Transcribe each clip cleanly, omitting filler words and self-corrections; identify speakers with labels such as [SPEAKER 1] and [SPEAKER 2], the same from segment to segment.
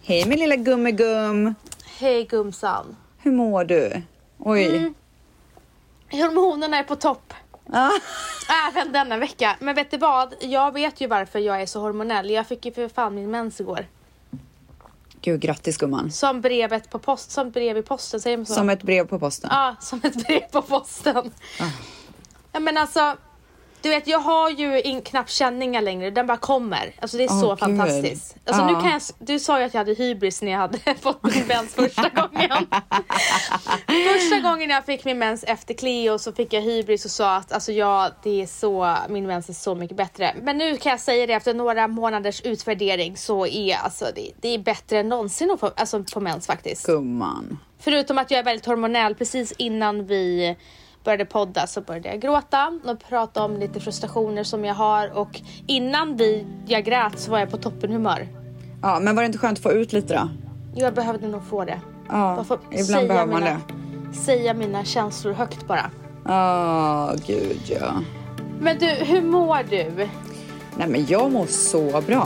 [SPEAKER 1] Hej min lilla gummigum.
[SPEAKER 2] Hej gumsan.
[SPEAKER 1] Hur mår du? Oj.
[SPEAKER 2] Hormonerna är på topp.
[SPEAKER 1] Ah.
[SPEAKER 2] Även denna vecka. Men vet du vad? Jag vet ju varför jag är så hormonell. Jag fick ju för fan min mens igår.
[SPEAKER 1] Gud, grattis gumman.
[SPEAKER 2] Som brevet på post, som brev i posten, säger man så?
[SPEAKER 1] Som ett brev på posten.
[SPEAKER 2] Ja, som ett brev på posten. Ja, men alltså, du vet, jag har ju knappt känningar längre. Den bara kommer. Alltså det är så fantastiskt. Alltså nu kan jag, du sa ju att jag hade hybris när jag hade fått min mens första gången. Första gången jag fick min mens efter Cleo så fick jag hybris och sa att alltså det är så, min mens är så mycket bättre. Men nu kan jag säga det efter några månaders utvärdering så är alltså det är bättre än någonsin att få, alltså på mens faktiskt.
[SPEAKER 1] Gumman.
[SPEAKER 2] Förutom att jag är väldigt hormonell. Precis innan vi började podda så började jag gråta och prata om lite frustrationer som jag har. Och innan jag grät så var jag på toppenhumör.
[SPEAKER 1] Ja, men var det inte skönt att få ut lite då?
[SPEAKER 2] Jag behövde nog få det.
[SPEAKER 1] Ja, ibland behöver man det.
[SPEAKER 2] Säga mina känslor högt bara.
[SPEAKER 1] Gud ja.
[SPEAKER 2] Men du, hur mår du?
[SPEAKER 1] Nej men jag mår så bra.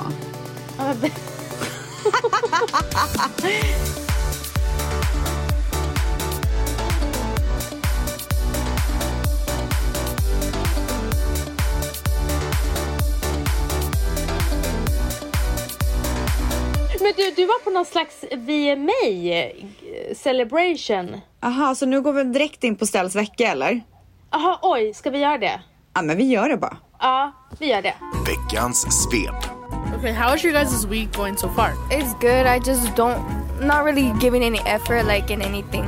[SPEAKER 2] Men du var på någon slags VMA celebration.
[SPEAKER 1] Aha, så nu går vi direkt in på Stells vecka eller?
[SPEAKER 2] Aha, oj, ska vi göra det?
[SPEAKER 1] Ja, men vi gör det bara.
[SPEAKER 2] Ja, vi gör det.
[SPEAKER 3] Veckans svep.
[SPEAKER 4] Okay, how is your guys' week going so far?
[SPEAKER 5] It's good. I just not really giving any effort like in anything.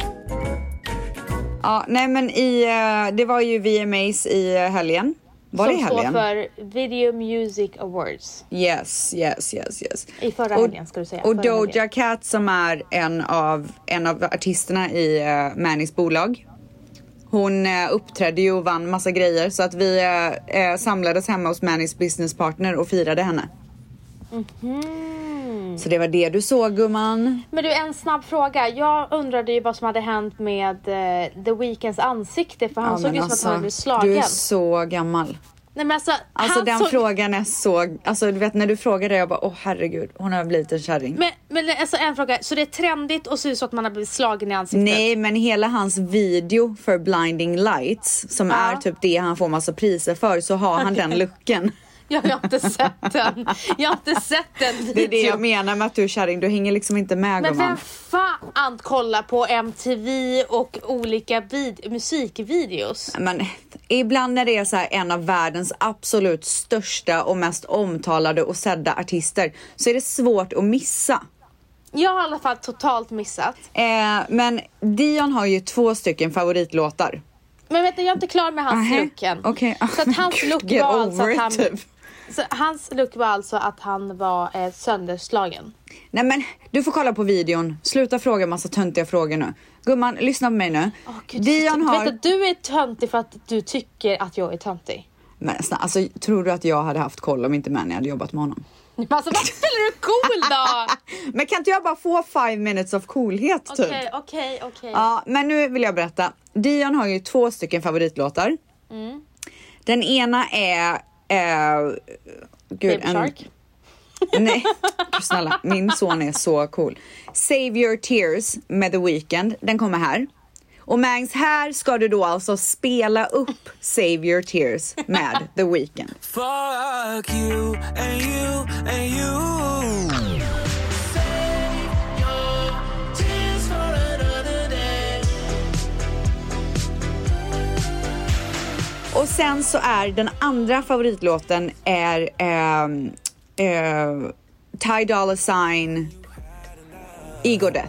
[SPEAKER 1] Ja, nej men det var ju VMAs i helgen. Var det i helgen?
[SPEAKER 2] Som står för Video Music Awards.
[SPEAKER 1] Yes.
[SPEAKER 2] I förra helgen ska du säga.
[SPEAKER 1] Och Doja Cat som är en av artisterna i Mannys bolag. Hon uppträdde ju och vann massa grejer. Så att vi samlades hemma hos Mannys businesspartner och firade henne. Så det var det du såg, gumman.
[SPEAKER 2] Men du, en snabb fråga. Jag undrade ju vad som hade hänt med The Weeknds ansikte. För han såg ju som att han hade blivit slagen.
[SPEAKER 1] Du är så gammal.
[SPEAKER 2] Nej, men
[SPEAKER 1] alltså den frågan är så... Alltså du vet när du frågade jag bara, herregud, hon har blivit en kärring.
[SPEAKER 2] Men alltså en fråga, så det är trendigt och ser ut så att man har blivit slagen i ansiktet?
[SPEAKER 1] Nej, men hela hans video för Blinding Lights, som är typ det han får massa priser för, så har han den looken.
[SPEAKER 2] Jag har inte sett den.
[SPEAKER 1] Det är det jag menar med att du är kärring. Du hänger liksom inte med.
[SPEAKER 2] Men vem fan kollar på MTV och olika musikvideos? Men
[SPEAKER 1] ibland när det är så här en av världens absolut största och mest omtalade och sedda artister, så är det svårt att missa.
[SPEAKER 2] Jag har i alla fall totalt missat.
[SPEAKER 1] Men Dion har ju 2 stycken favoritlåtar.
[SPEAKER 2] Men vet du, jag är inte klar med hans look än.
[SPEAKER 1] Okay.
[SPEAKER 2] Så att hans look var alltså att han... Så hans look var alltså att han var sönderslagen.
[SPEAKER 1] Nej men, du får kolla på videon. Sluta fråga massa töntiga frågor nu. Gumman, lyssna på mig nu.
[SPEAKER 2] Gud,
[SPEAKER 1] Dion har...
[SPEAKER 2] Vet du är töntig för att du tycker att jag är töntig.
[SPEAKER 1] Men alltså, tror du att jag hade haft koll om inte Manny hade jobbat med honom?
[SPEAKER 2] Alltså vad spelar du cool då?
[SPEAKER 1] Men kan inte jag bara få 5 minutes of coolhet typ?
[SPEAKER 2] Okej.
[SPEAKER 1] Ja, men nu vill jag berätta. Dion har ju 2 stycken favoritlåtar. Den ena är...
[SPEAKER 2] Baby Shark?
[SPEAKER 1] Nej, snälla. Min son är så cool. Save Your Tears med The Weeknd. Den kommer här. Och Mangs, här ska du då alltså spela upp Save Your Tears med The Weeknd.
[SPEAKER 6] Fuck you and you and you.
[SPEAKER 1] Och sen så är den andra favoritlåten är Ty Dolla $ign Ego Death.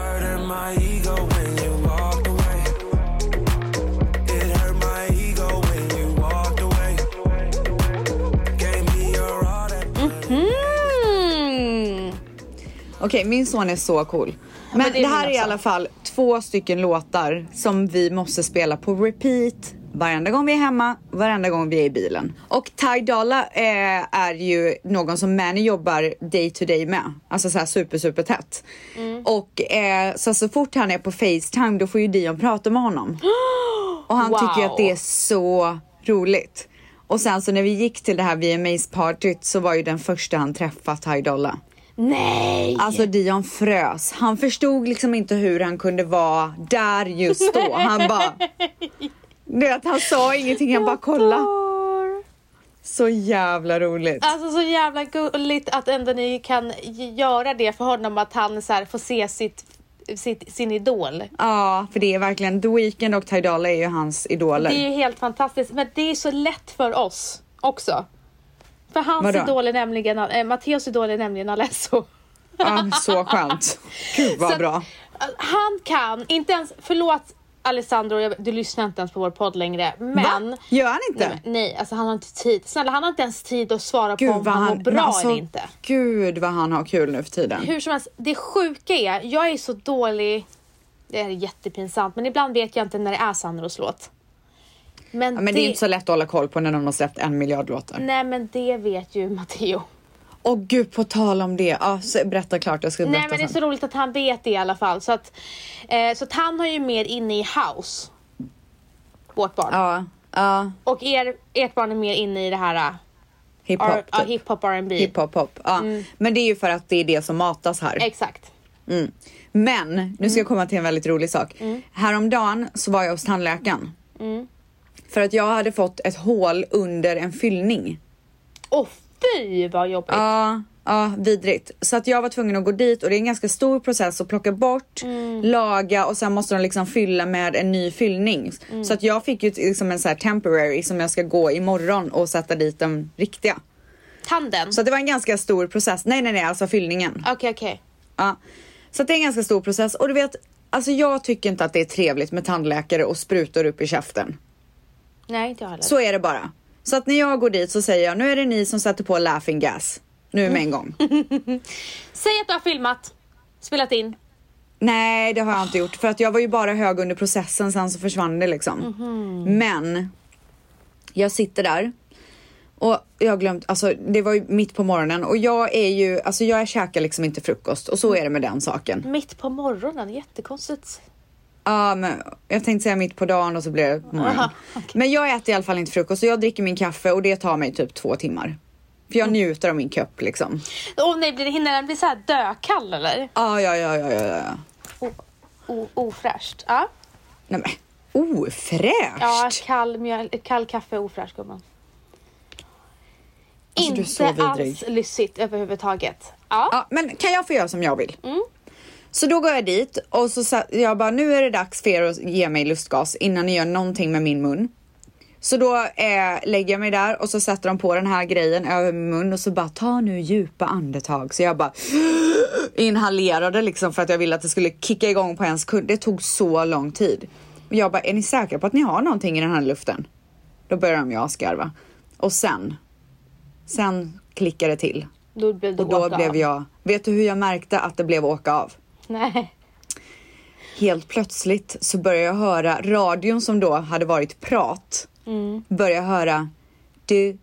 [SPEAKER 1] Okej, min son är så cool. Men det här är i alla fall 2 stycken låtar som vi måste spela på repeat varenda gång vi är hemma, varenda gång vi är i bilen. Och Ty Dolla är ju någon som Manny jobbar day to day med. Alltså så här super tätt. Och så fort han är på FaceTime, då får ju Dion prata med honom. Och han tycker att det är så roligt. Och sen så när vi gick till det här VMAs partyt så var ju den första han träffat Ty Dolla.
[SPEAKER 2] Nej!
[SPEAKER 1] Alltså Dion frös. Han förstod liksom inte hur han kunde vara där just då. Han bara... han sa ingenting, han bara kolla. Så jävla roligt.
[SPEAKER 2] Alltså så jävla gulligt att ändå ni kan göra det för honom, att han så här får se sin idol.
[SPEAKER 1] Ja, för det är verkligen The Weeknd och Ty Dolla är ju hans idoler.
[SPEAKER 2] Det är helt fantastiskt, men det är så lätt för oss också. För hans idol är nämligen Matteos idol är nämligen Alesso.
[SPEAKER 1] Ja, så skönt. Gud vad bra.
[SPEAKER 2] Han kan inte ens, förlåt Alessandro, du lyssnar inte ens på vår podd längre. Men...
[SPEAKER 1] Va? Gör han inte?
[SPEAKER 2] Nej, alltså han har inte tid. Snälla, han har inte ens tid att svara på om han mår bra eller inte.
[SPEAKER 1] Gud vad han har kul nu för tiden.
[SPEAKER 2] Hur som helst, det sjuka är, jag är så dålig. Det är jättepinsamt, men ibland vet jag inte när det är Sandros låt. Men
[SPEAKER 1] det är inte så lätt att hålla koll på när de har släppt 1 miljard låtar.
[SPEAKER 2] Nej, men det vet ju Matteo.
[SPEAKER 1] Åh gud, på tal om det. Ja, berätta klart, jag ska berätta.
[SPEAKER 2] Nej, men det är så roligt att han vet det i alla fall. Så att han har ju mer inne i house. Vårt barn.
[SPEAKER 1] Ja.
[SPEAKER 2] Och ert barn är mer inne i det här
[SPEAKER 1] hiphop, typ.
[SPEAKER 2] Hiphop, R&B.
[SPEAKER 1] Hiphop, ja. Men det är ju för att det är det som matas här.
[SPEAKER 2] Exakt.
[SPEAKER 1] Men, nu ska jag komma till en väldigt rolig sak. Häromdagen så var jag hos tandläkaren. För att jag hade fått ett hål under en fyllning.
[SPEAKER 2] Fy vad jobbigt.
[SPEAKER 1] Ja, vidrigt. Så att jag var tvungen att gå dit och det är en ganska stor process att plocka bort, laga och sen måste de liksom fylla med en ny fyllning. Så att jag fick ju liksom en så här temporary som jag ska gå imorgon och sätta dit den riktiga.
[SPEAKER 2] Tanden?
[SPEAKER 1] Så det var en ganska stor process. Nej, alltså fyllningen.
[SPEAKER 2] Okej.
[SPEAKER 1] Ja. Så att det är en ganska stor process. Och du vet, alltså jag tycker inte att det är trevligt med tandläkare och sprutor upp i käften.
[SPEAKER 2] Nej, inte jag heller.
[SPEAKER 1] Så är det bara. Så att när jag går dit så säger jag, nu är det ni som sätter på laughing gas. Nu med en gång.
[SPEAKER 2] Säg att du har filmat, spelat in.
[SPEAKER 1] Nej, det har jag inte gjort. För att jag var ju bara hög under processen, sen så försvann det liksom. Men jag sitter där. Och jag har glömt, alltså det var ju mitt på morgonen. Och jag är ju, alltså jag käkar liksom inte frukost. Och så är det med den saken.
[SPEAKER 2] Mitt på morgonen, jättekonstigt.
[SPEAKER 1] Ja, men jag tänkte säga mitt på dagen och så blir det på morgonen. Okay. Men jag äter i alla fall inte frukost. Och jag dricker min kaffe och det tar mig typ 2 timmar. För jag njuter av min kopp liksom.
[SPEAKER 2] Nej, hinner den bli så här dökall eller?
[SPEAKER 1] Ja.
[SPEAKER 2] Ofräscht. Ja.
[SPEAKER 1] Nej men, ofräscht?
[SPEAKER 2] Ja, kall kaffe ofräscht gumman.
[SPEAKER 1] Alltså,
[SPEAKER 2] inte alls lyssigt överhuvudtaget.
[SPEAKER 1] Ja, men kan jag få göra som jag vill? Så då går jag dit och så jag bara, nu är det dags för er att ge mig lustgas innan ni gör någonting med min mun. Så då lägger jag mig där och så sätter de på den här grejen över min mun och så bara, ta nu djupa andetag. Så jag bara inhalerade liksom för att jag ville att det skulle kicka igång på en sekund. Det tog så lång tid. Och jag bara, är ni säkra på att ni har någonting i den här luften? Då börjar de ju askarva. Och sen klickade det till.
[SPEAKER 2] Då
[SPEAKER 1] blev jag, vet du hur jag märkte att det blev åka av?
[SPEAKER 2] Nej.
[SPEAKER 1] Helt plötsligt så började jag höra radion som då hade varit prat. Började jag höra du.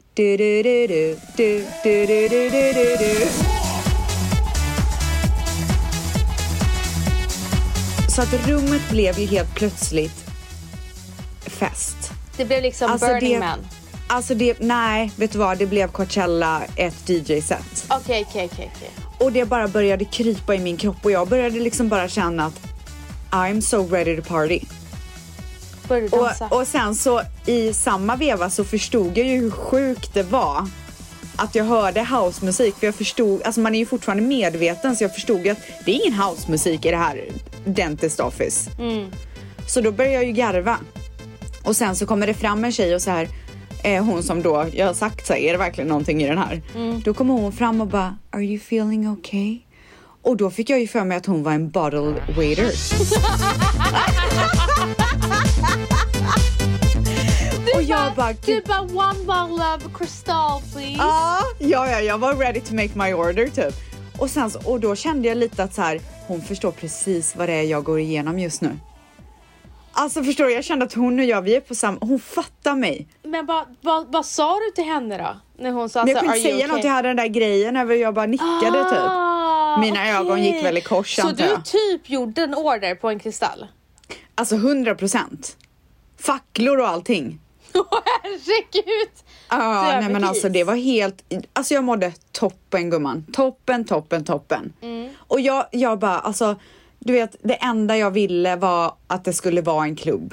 [SPEAKER 1] Så att rummet blev ju helt plötsligt fest.
[SPEAKER 2] Det blev liksom alltså Burning Man.
[SPEAKER 1] Alltså nej, vet du vad? Det blev Coachella, ett DJ-set.
[SPEAKER 2] Okej.
[SPEAKER 1] Och det bara började krypa i min kropp och jag började liksom bara känna att I'm so ready to party. Och sen så i samma veva så förstod jag ju hur sjukt det var att jag hörde housemusik. För jag förstod, alltså man är ju fortfarande medveten så jag förstod att det är ingen housemusik i det här dentist office. Så då började jag ju garva. Och sen så kommer det fram en tjej och så här, hon som då, jag har sagt så här, är det verkligen någonting i den här? Då kommer hon fram och bara, are you feeling okay? Och då fick jag ju för mig att hon var en bottle waiter. Och jag bara,
[SPEAKER 2] du bara, one bottle of Cristal please.
[SPEAKER 1] Ja, jag var ready to make my order typ. Och då kände jag lite att så här, hon förstår precis vad det är jag går igenom just nu. Alltså förstår du, jag kände att hon och jag, vi är på samma, hon fattar mig.
[SPEAKER 2] Men vad sa du till henne då? När hon sa
[SPEAKER 1] men jag kunde inte säga något, jag hade den där grejen över, jag bara nickade typ. Mina ögon gick väl i kors.
[SPEAKER 2] Så du typ gjorde en order på en kristall?
[SPEAKER 1] Alltså 100%. Facklor och allting.
[SPEAKER 2] Herregud.
[SPEAKER 1] Nej men alltså det var helt, alltså jag mådde toppen gumman, toppen. Och jag bara, alltså du vet, det enda jag ville var att det skulle vara en klubb.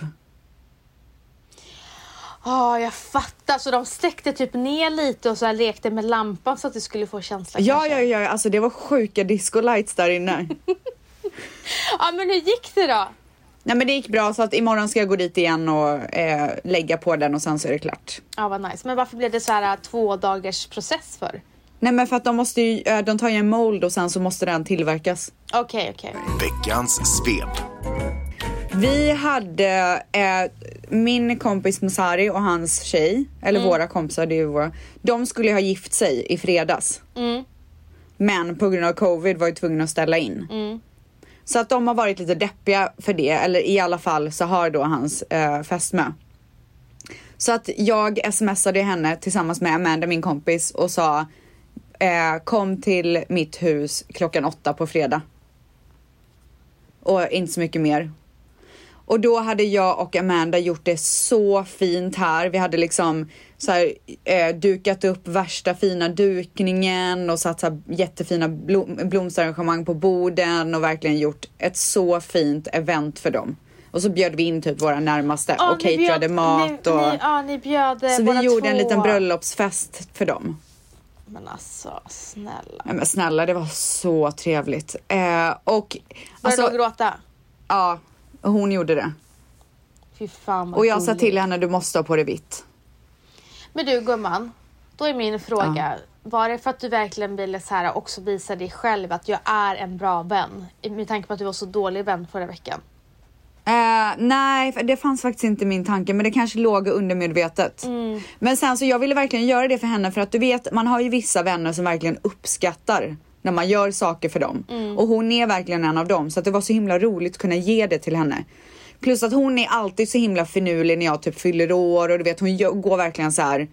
[SPEAKER 2] Jag fattar. Så de stäckte typ ner lite och så här lekte med lampan så att du skulle få känsla.
[SPEAKER 1] Ja, alltså det var sjuka disco lights där inne.
[SPEAKER 2] Ja, men hur gick det då?
[SPEAKER 1] Nej men det gick bra, så att imorgon ska jag gå dit igen och lägga på den och sen så är det klart.
[SPEAKER 2] Ja, vad nice. Men varför blev det så här 2 dagars process för?
[SPEAKER 1] Nej men för att de tar ju en mold och sen så måste den tillverkas.
[SPEAKER 2] Okej.
[SPEAKER 3] Veckans svep.
[SPEAKER 1] Vi hade min kompis Musari och hans tjej, eller våra kompisar, det är ju våra, de skulle ha gift sig i fredags. Men på grund av covid var ju tvungna att ställa in. Så att de har varit lite deppiga för det, eller i alla fall så har då hans fästmö. Så att jag smsade henne tillsammans med Amanda, min kompis, och sa kom till mitt hus 8:00 på fredag. Och inte så mycket mer. Och då hade jag och Amanda gjort det så fint här. Vi hade liksom så här, dukat upp värsta fina dukningen och satt så här jättefina blomsterarrangemang på borden och verkligen gjort ett så fint event för dem. Och så bjöd vi in typ våra närmaste och caterade mat.
[SPEAKER 2] Ni bjöd
[SPEAKER 1] så vi gjorde en liten bröllopsfest för dem.
[SPEAKER 2] Men alltså, snälla.
[SPEAKER 1] Ja, men snälla, det var så trevligt. Och
[SPEAKER 2] började de gråta?
[SPEAKER 1] Ja, hon gjorde det.
[SPEAKER 2] Fy fan vad
[SPEAKER 1] och jag sa
[SPEAKER 2] gulligt.
[SPEAKER 1] till henne, du måste ha på det vitt.
[SPEAKER 2] Men du gumman, då är min fråga. Var det för att du verkligen ville så här också visa dig själv att jag är en bra vän? Med tanke på att du var så dålig vän förra veckan.
[SPEAKER 1] Nej, det fanns faktiskt inte min tanke, men det kanske låg undermedvetet. Men sen så jag ville verkligen göra det för henne, för att du vet, man har ju vissa vänner som verkligen uppskattar när man gör saker för dem. Och hon är verkligen en av dem, så att det var så himla roligt att kunna ge det till henne. Plus att hon är alltid så himla finurlig när jag typ fyller år, och du vet, hon går verkligen så här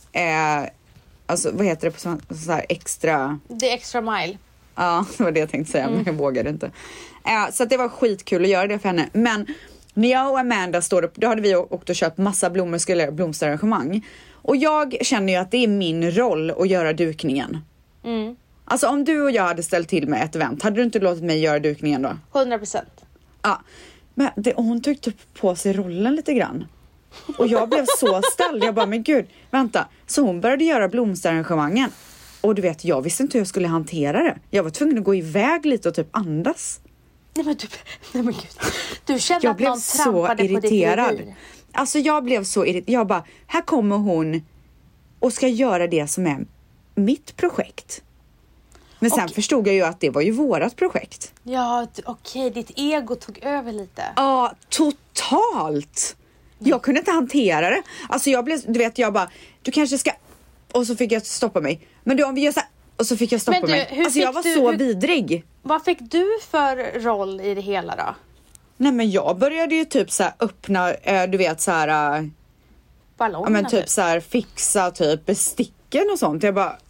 [SPEAKER 1] alltså vad heter det på så här extra...
[SPEAKER 2] Det är extra mile.
[SPEAKER 1] Ja, det var det jag tänkte säga, men jag vågade inte. Så att det var skitkul att göra det för henne. Men när jag och Amanda står upp, då hade vi åkt och köpt massa blommor, skulle göra blomsterarrangemang. Och jag känner ju att det är min roll att göra dukningen. Alltså om du och jag hade ställt till med ett event, hade du inte låtit mig göra dukningen då?
[SPEAKER 2] 100%.
[SPEAKER 1] Ja, men hon tog typ på sig rollen lite grann. Och jag blev så ställd. Jag bara, men gud, vänta. Så hon började göra blomsterarrangemangen. Och du vet, jag visste inte hur jag skulle hantera det. Jag var tvungen att gå iväg lite och typ andas.
[SPEAKER 2] Nej men gud. Du kände att någon trampade på ditt revir.
[SPEAKER 1] Alltså jag blev så irriterad. Jag bara, här kommer hon och ska göra det som är mitt projekt. Men sen förstod jag ju att det var ju vårat projekt.
[SPEAKER 2] Ja, okej. Ditt ego tog över lite.
[SPEAKER 1] Ja, totalt. Jag kunde inte hantera det. Alltså jag blev, du vet, jag bara, du kanske ska... Och så fick jag stoppa mig. Men du, om vi gör så här... Och så fick jag stoppa mig. Alltså jag var vidrig.
[SPEAKER 2] Vad fick du för roll i det hela då?
[SPEAKER 1] Nej men jag började ju typ så här öppna, du vet så här...
[SPEAKER 2] Ballongerna.
[SPEAKER 1] Ja men typ så här fixa typ besticken och sånt. Jag bara...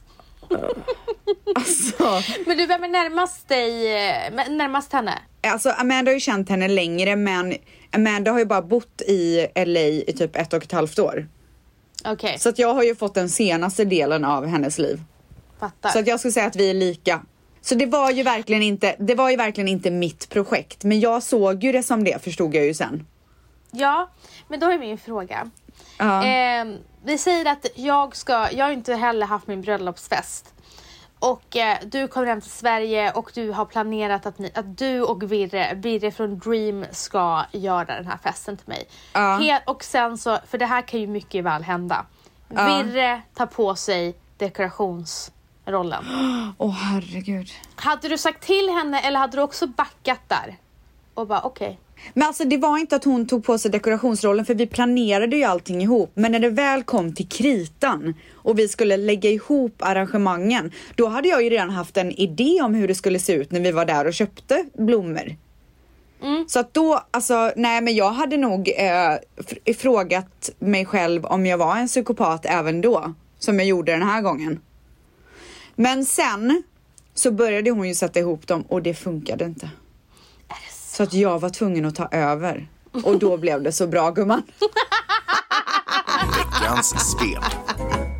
[SPEAKER 1] Alltså.
[SPEAKER 2] Men du, vem är närmast henne?
[SPEAKER 1] Alltså Amanda har ju känt henne längre, men Amanda har ju bara bott i LA i typ 1,5 år.
[SPEAKER 2] Okej.
[SPEAKER 1] Så att jag har ju fått den senaste delen av hennes liv.
[SPEAKER 2] Fattar.
[SPEAKER 1] Så att jag skulle säga att vi är lika. Så det var ju verkligen inte mitt projekt, men jag såg ju det som det, förstod jag ju sen.
[SPEAKER 2] Ja, men då är min fråga.
[SPEAKER 1] Ja.
[SPEAKER 2] Vi säger att jag har inte heller haft min bröllopsfest. Och du kommer hem till Sverige och du har planerat att du och Birre från Dream ska göra den här festen till mig. Och sen så, för det här kan ju mycket väl hända. Birre tar på sig dekorationsrollen.
[SPEAKER 1] Herregud.
[SPEAKER 2] Hade du sagt till henne eller hade du också backat där? Och bara okej.
[SPEAKER 1] Men alltså det var inte att hon tog på sig dekorationsrollen, för vi planerade ju allting ihop. Men när det väl kom till kritan och vi skulle lägga ihop arrangemangen, då hade jag ju redan haft en idé om hur det skulle se ut när vi var där och köpte blommor. Så att då, alltså nej, men jag hade nog frågat mig själv om jag var en psykopat även då, som jag gjorde den här gången. Men sen så började hon ju sätta ihop dem och det funkade inte. Så att jag var tvungen att ta över. Och då blev det så bra, gumman.
[SPEAKER 3] Veckans svep.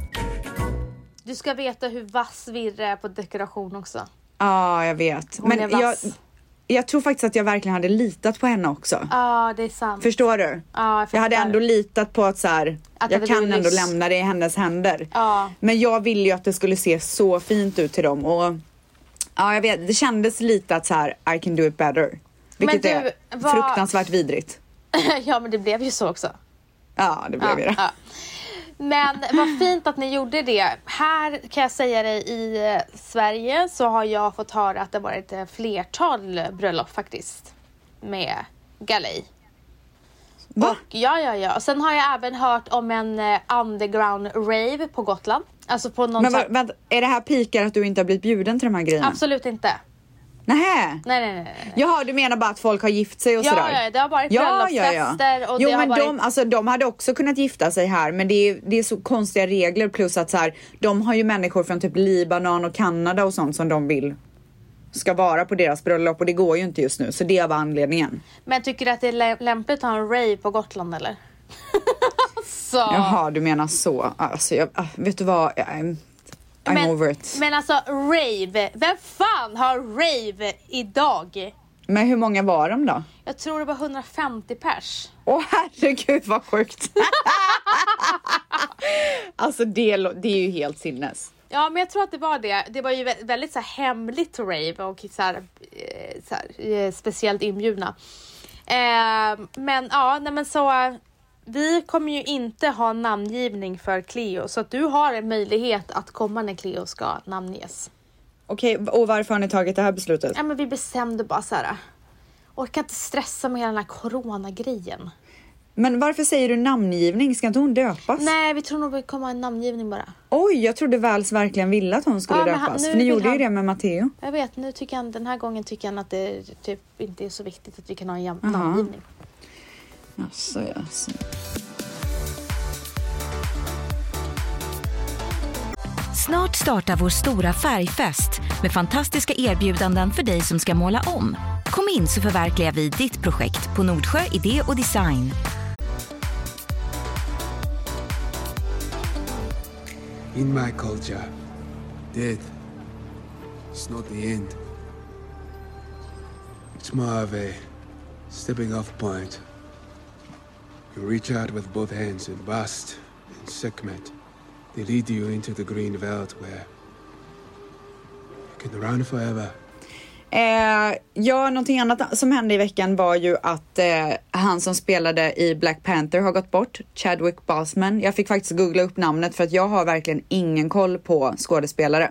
[SPEAKER 2] Du ska veta hur vass Virre är på dekoration också.
[SPEAKER 1] Ja, jag vet.
[SPEAKER 2] Hon är vass.
[SPEAKER 1] Jag tror faktiskt att jag verkligen hade litat på henne också.
[SPEAKER 2] Ja, det är sant.
[SPEAKER 1] Förstår du?
[SPEAKER 2] Ja,
[SPEAKER 1] jag hade ändå litat på att så här,
[SPEAKER 2] att
[SPEAKER 1] jag kan ändå lämna det i hennes händer.
[SPEAKER 2] Ja.
[SPEAKER 1] Men jag ville ju att det skulle se så fint ut till dem. Och ja, jag vet, det kändes lite att så här, I can do it better. Vilket är fruktansvärt vidrigt.
[SPEAKER 2] Ja, men det blev ju så också.
[SPEAKER 1] Ja, det blev ju det.
[SPEAKER 2] Ja. Men vad fint att ni gjorde det. Här kan jag säga det, i Sverige så har jag fått höra att det varit ett flertal bröllop faktiskt. Med galej.
[SPEAKER 1] Va?
[SPEAKER 2] Och, ja. Och sen har jag även hört om en underground rave på Gotland. Alltså på någon.
[SPEAKER 1] Men vänta, är det här pikar att du inte har blivit bjuden till de här grejerna?
[SPEAKER 2] Absolut inte.
[SPEAKER 1] Nähä.
[SPEAKER 2] Nej.
[SPEAKER 1] Jaha, du menar bara att folk har gift sig och sådär?
[SPEAKER 2] Ja, det har varit bröllopsfester. Och
[SPEAKER 1] jo,
[SPEAKER 2] det
[SPEAKER 1] men
[SPEAKER 2] har varit...
[SPEAKER 1] de hade också kunnat gifta sig här. Men det är så konstiga regler. Plus att så här, de har ju människor från typ Libanon och Kanada och sånt som de vill ska vara på deras bröllop. Och det går ju inte just nu. Så det var anledningen.
[SPEAKER 2] Men tycker du att det är lämpligt att ha en rave på Gotland eller? Så.
[SPEAKER 1] Jaha, du menar så. Alltså, vet du vad? I'm over it.
[SPEAKER 2] Men alltså rave, vem fan har rave idag?
[SPEAKER 1] Men hur många var de då?
[SPEAKER 2] Jag tror det var 150 pers.
[SPEAKER 1] Åh herregud vad sjukt. Alltså det är ju helt sinnes.
[SPEAKER 2] Ja, men jag tror att det var det. Det var ju väldigt så här hemligt rave och så här, speciellt inbjudna. Men ja, nej men så... Vi kommer ju inte ha namngivning för Cleo. Så att du har en möjlighet att komma när Cleo ska namnges.
[SPEAKER 1] Okej, och varför har ni tagit det här beslutet?
[SPEAKER 2] Ja, men vi bestämde bara så här. Orkar inte stressa med hela den här coronagrejen.
[SPEAKER 1] Men varför säger du namngivning? Ska inte hon döpas?
[SPEAKER 2] Nej, vi tror nog vi kommer ha en namngivning bara.
[SPEAKER 1] Oj, jag trodde Vals verkligen ville att hon skulle döpas. För ni gjorde ju det med Matteo.
[SPEAKER 2] Jag vet, nu tycker han, den här gången tycker han att det typ inte är så viktigt att vi kan ha en namngivning.
[SPEAKER 1] Jaså.
[SPEAKER 7] Snart startar vår stora färgfest med fantastiska erbjudanden för dig som ska måla om. Kom in så förverkligar vi ditt projekt på Nordsjö Idé och Design.
[SPEAKER 8] In my culture, death is not the end. It's more of a stepping off point. You reach out with both hands and Bast and Sekhmet. They lead you into the green veldt where you can run forever.
[SPEAKER 1] Ja, någonting annat som hände i veckan var ju att han som spelade i Black Panther har gått bort, Chadwick Boseman. Jag fick faktiskt googla upp namnet för att jag har verkligen ingen koll på skådespelare.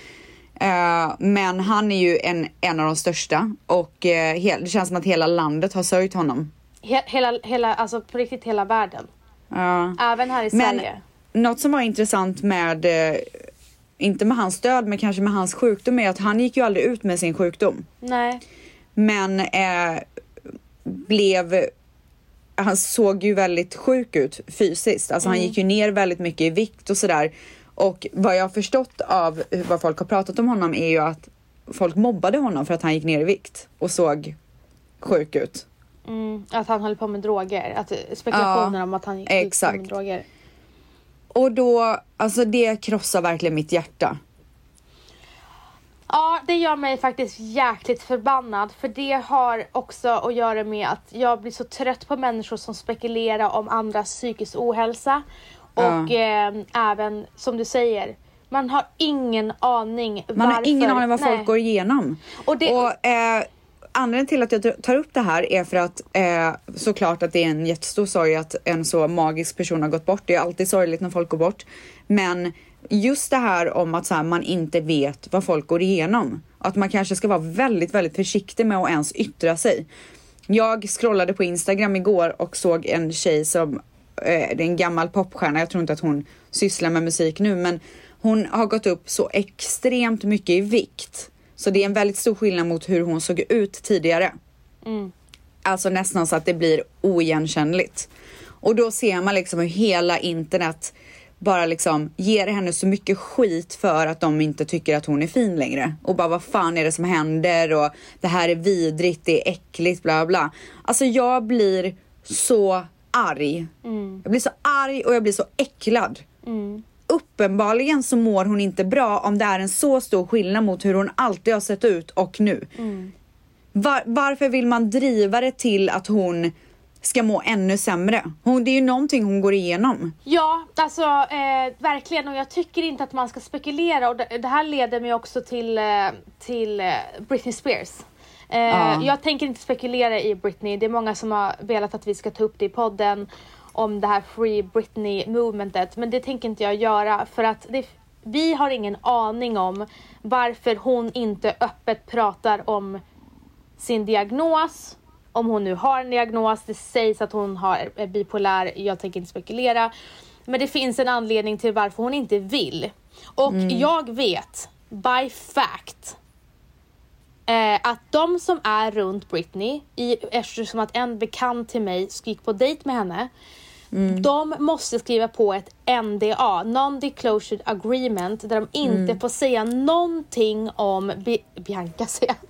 [SPEAKER 1] Men han är ju en av de största och det känns som att hela landet har sörjt honom.
[SPEAKER 2] Hela, alltså på riktigt hela världen.
[SPEAKER 1] Ja.
[SPEAKER 2] Även här i Sverige.
[SPEAKER 1] Något som var intressant med, inte med hans död, men kanske med hans sjukdom är att han gick ju aldrig ut med sin sjukdom.
[SPEAKER 2] Nej.
[SPEAKER 1] Men han såg ju väldigt sjuk ut fysiskt. Alltså han gick ju ner väldigt mycket i vikt och sådär. Och vad jag har förstått av vad folk har pratat om honom är ju att folk mobbade honom för att han gick ner i vikt och såg sjuk ut.
[SPEAKER 2] Att han höll på med droger. Att spekulationer om att han gick på med droger.
[SPEAKER 1] Och då, alltså det krossar verkligen mitt hjärta.
[SPEAKER 2] Ja, det gör mig faktiskt jäkligt förbannad. För det har också att göra med att jag blir så trött på människor som spekulerar om andras psykisk ohälsa. Och även, som du säger, man har ingen aning varför.
[SPEAKER 1] Man har ingen aning vad folk går igenom.
[SPEAKER 2] Och
[SPEAKER 1] anledningen till att jag tar upp det här är för att såklart att det är en jättestor sorg att en så magisk person har gått bort. Det är alltid sorgligt när folk går bort. Men just det här om att så här, man inte vet vad folk går igenom. Att man kanske ska vara väldigt, väldigt försiktig med att ens yttra sig. Jag scrollade på Instagram igår och såg en tjej som det är en gammal popstjärna. Jag tror inte att hon sysslar med musik nu, men hon har gått upp så extremt mycket i vikt. Så det är en väldigt stor skillnad mot hur hon såg ut tidigare. Alltså nästan så att det blir oigenkännligt. Och då ser man liksom hur hela internet bara liksom ger henne så mycket skit för att de inte tycker att hon är fin längre. Och bara vad fan är det som händer? Och det här är vidrigt, det är äckligt, bla bla. Alltså jag blir så arg. Jag blir så arg och jag blir så äcklad. uppenbarligen så mår hon inte bra om det är en så stor skillnad mot hur hon alltid har sett ut och nu. Varför vill man driva det till att hon ska må ännu sämre? Det är ju någonting hon går igenom.
[SPEAKER 2] Ja, alltså verkligen. Och jag tycker inte att man ska spekulera. Och det här leder mig också till Britney Spears. Jag tänker inte spekulera i Britney. Det är många som har velat att vi ska ta upp det i podden om det här Free Britney-movementet. Men det tänker inte jag göra. För att vi har ingen aning om varför hon inte öppet pratar om sin diagnos. Om hon nu har en diagnos. Det sägs att hon är bipolär. Jag tänker inte spekulera. Men det finns en anledning till varför hon inte vill. Och jag vet by fact att de som är runt Britney, eftersom att en bekant till mig gick på dejt med henne, de måste skriva på ett NDA, Non-Disclosure Agreement, där de inte får säga någonting om Bianca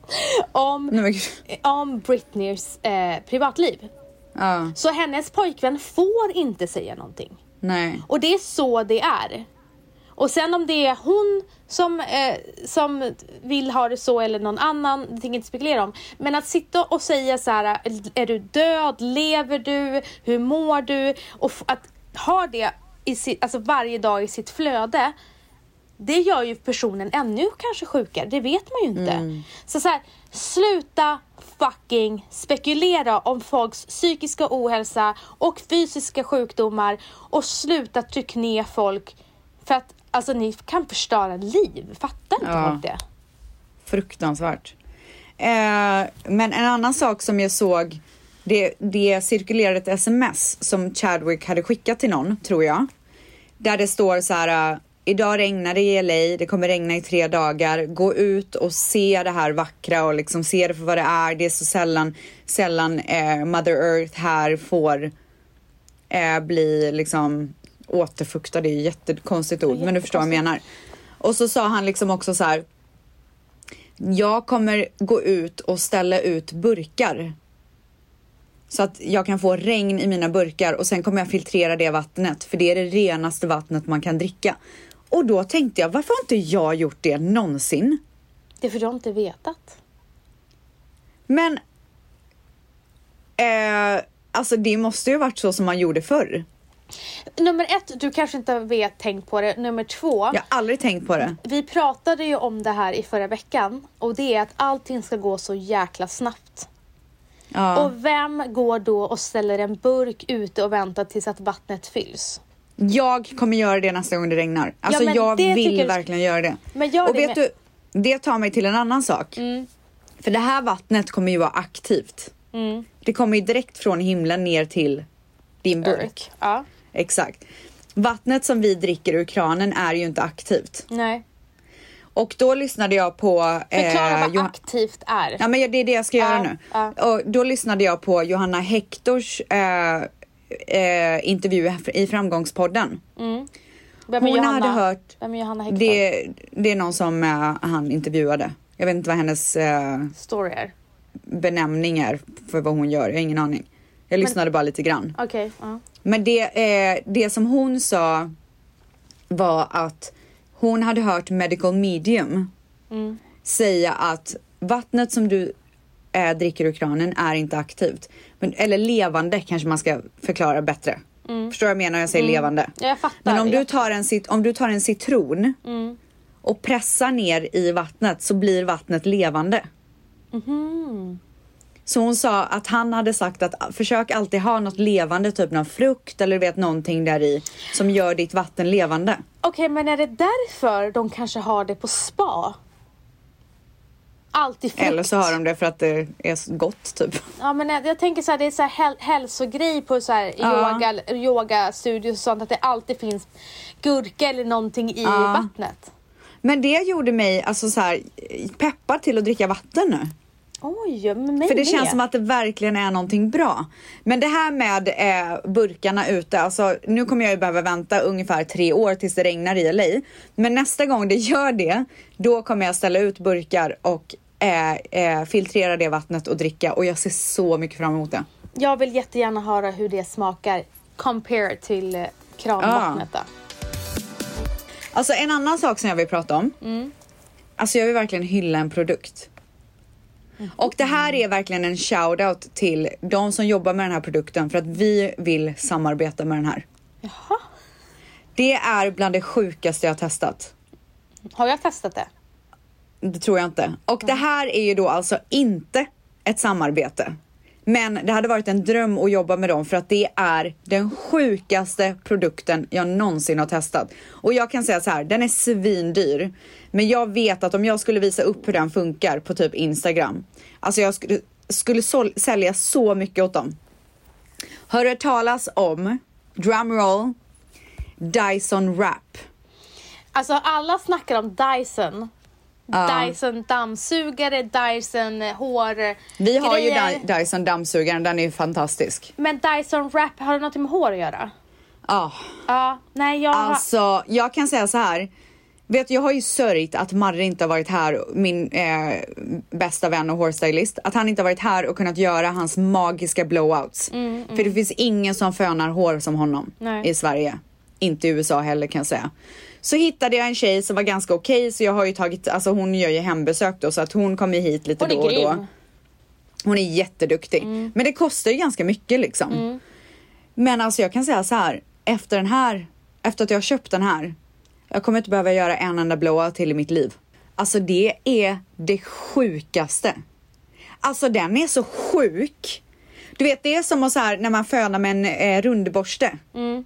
[SPEAKER 2] om Britneys privatliv. Så hennes pojkvän får inte säga någonting.
[SPEAKER 1] Nej.
[SPEAKER 2] Och det är så det är. Och sen om det är hon som vill ha det så eller någon annan, det tänker jag inte spekulera om. Men att sitta och säga så här: är du död? Lever du? Hur mår du? Och att ha det alltså varje dag i sitt flöde, det gör ju personen ännu kanske sjukare. Det vet man ju inte. Så här, sluta fucking spekulera om folks psykiska ohälsa och fysiska sjukdomar. Och sluta trycka ner folk. För att alltså, ni kan förstöra liv. Fattar inte folk det?
[SPEAKER 1] Fruktansvärt. Men en annan sak som jag såg, det cirkulerade ett sms som Chadwick hade skickat till någon, tror jag. Där det står så här: idag regnar det i LA, det kommer regna i 3 dagar. Gå ut och se det här vackra och liksom se det för vad det är. Det är så sällan Mother Earth här får bli liksom återfuktad. Det är ju jättekonstigt ord, men du förstår vad jag menar. Och så sa han liksom också så här: jag kommer gå ut och ställa ut burkar så att jag kan få regn i mina burkar, och sen kommer jag filtrera det vattnet, för det är det renaste vattnet man kan dricka. Och då tänkte jag, varför har inte jag gjort det någonsin?
[SPEAKER 2] Det är för att jag inte vetat.
[SPEAKER 1] Men alltså det måste ju varit så som man gjorde förr.
[SPEAKER 2] Nummer 1, du kanske inte vet tänkt på det. Nummer 2.
[SPEAKER 1] Jag har aldrig tänkt på det.
[SPEAKER 2] Vi pratade ju om det här i förra veckan. Och det är att allting ska gå så jäkla snabbt. Ja. Och vem går då och ställer en burk ute och väntar tills att vattnet fylls? Jag
[SPEAKER 1] kommer göra det nästa gång det regnar. Alltså jag vill verkligen göra det.
[SPEAKER 2] Men
[SPEAKER 1] och vet du, det tar mig till en annan sak. För det här vattnet kommer ju vara aktivt. Det kommer ju direkt från himlen ner till din burk.
[SPEAKER 2] Ja.
[SPEAKER 1] Exakt. Vattnet som vi dricker ur kranen är ju inte aktivt.
[SPEAKER 2] Nej.
[SPEAKER 1] Och då lyssnade jag på...
[SPEAKER 2] Förklara vad aktivt är.
[SPEAKER 1] Ja, men det är det jag ska göra nu. Och då lyssnade jag på Johanna Hektors intervju i Framgångspodden. Hon hade hört...
[SPEAKER 2] Vem är Johanna Hector?
[SPEAKER 1] Det är någon som han intervjuade. Jag vet inte vad hennes...
[SPEAKER 2] story är.
[SPEAKER 1] Benämning är för vad hon gör. Jag har ingen aning. Jag lyssnade bara lite grann.
[SPEAKER 2] Okej.
[SPEAKER 1] Men det som hon sa var att hon hade hört medical medium säga att vattnet som du dricker ur kranen är inte aktivt. Eller levande kanske man ska förklara bättre. Förstår du vad jag menar när jag säger levande?
[SPEAKER 2] Jag fattar.
[SPEAKER 1] Men om du tar en citron och pressar ner i vattnet, så blir vattnet levande. Så hon sa att han hade sagt att försök alltid ha något levande, typ någon frukt eller vet någonting där i som gör ditt vatten levande.
[SPEAKER 2] Okej, men är det därför de kanske har det på spa? Alltid frukt.
[SPEAKER 1] Eller så har de det för att det är gott typ.
[SPEAKER 2] Ja, men jag tänker så här, det är så här hälsogrej på så här yogastudios och sånt, att det alltid finns gurka eller någonting i vattnet.
[SPEAKER 1] Men det gjorde mig alltså så här peppad till att dricka vatten nu.
[SPEAKER 2] Oj, men
[SPEAKER 1] för det känns som att det verkligen är någonting bra. Men det här med burkarna ute, alltså nu kommer jag ju behöva vänta ungefär 3 år tills det regnar i LA. Men nästa gång det gör det, då kommer jag ställa ut burkar och filtrera det vattnet och dricka. Och jag ser så mycket fram emot det.
[SPEAKER 2] Jag vill jättegärna höra hur det smakar compare till kranvattnet då.
[SPEAKER 1] Alltså en annan sak som jag vill prata om. Alltså jag vill verkligen hylla en produkt. Och det här är verkligen en shoutout till de som jobbar med den här produkten. För att vi vill samarbeta med den här.
[SPEAKER 2] Jaha.
[SPEAKER 1] Det är bland det sjukaste jag har testat.
[SPEAKER 2] Har jag testat det?
[SPEAKER 1] Det tror jag inte. Och det här är ju då alltså inte ett samarbete. Men det hade varit en dröm att jobba med dem. För att det är den sjukaste produkten jag någonsin har testat. Och jag kan säga så här, den är svindyr. Men jag vet att om jag skulle visa upp hur den funkar på typ Instagram. Alltså jag skulle sälja så mycket åt dem. Hör du talas om, drumroll, Dyson Wrap?
[SPEAKER 2] Alltså alla snackar om Dyson. Dyson dammsugare, Dyson hår.
[SPEAKER 1] Vi har ju Dyson dammsugaren, den är ju fantastisk.
[SPEAKER 2] Men Dyson Wrap, har det något med hår att göra?
[SPEAKER 1] Ja.
[SPEAKER 2] Ja, nej
[SPEAKER 1] Alltså, jag kan säga så här. Vet, jag har ju sörjt att Marre inte har varit här, min bästa vän och hårstylist. Att han inte har varit här och kunnat göra hans magiska blowouts. För det finns ingen som fönar hår som honom i Sverige. Inte i USA heller kan jag säga. Så hittade jag en tjej som var ganska okej. Så jag har ju tagit, alltså hon gör ju hembesök då. Så att hon kommer hit lite då och då. Hon är jätteduktig. Men det kostar ju ganska mycket liksom. Men alltså jag kan säga så här. Efter att jag har köpt den här. Jag kommer inte behöva göra en enda blowout till i mitt liv. Alltså det är det sjukaste. Alltså den är så sjuk. Du vet, det är som att så här, när man fönar med en rundborste.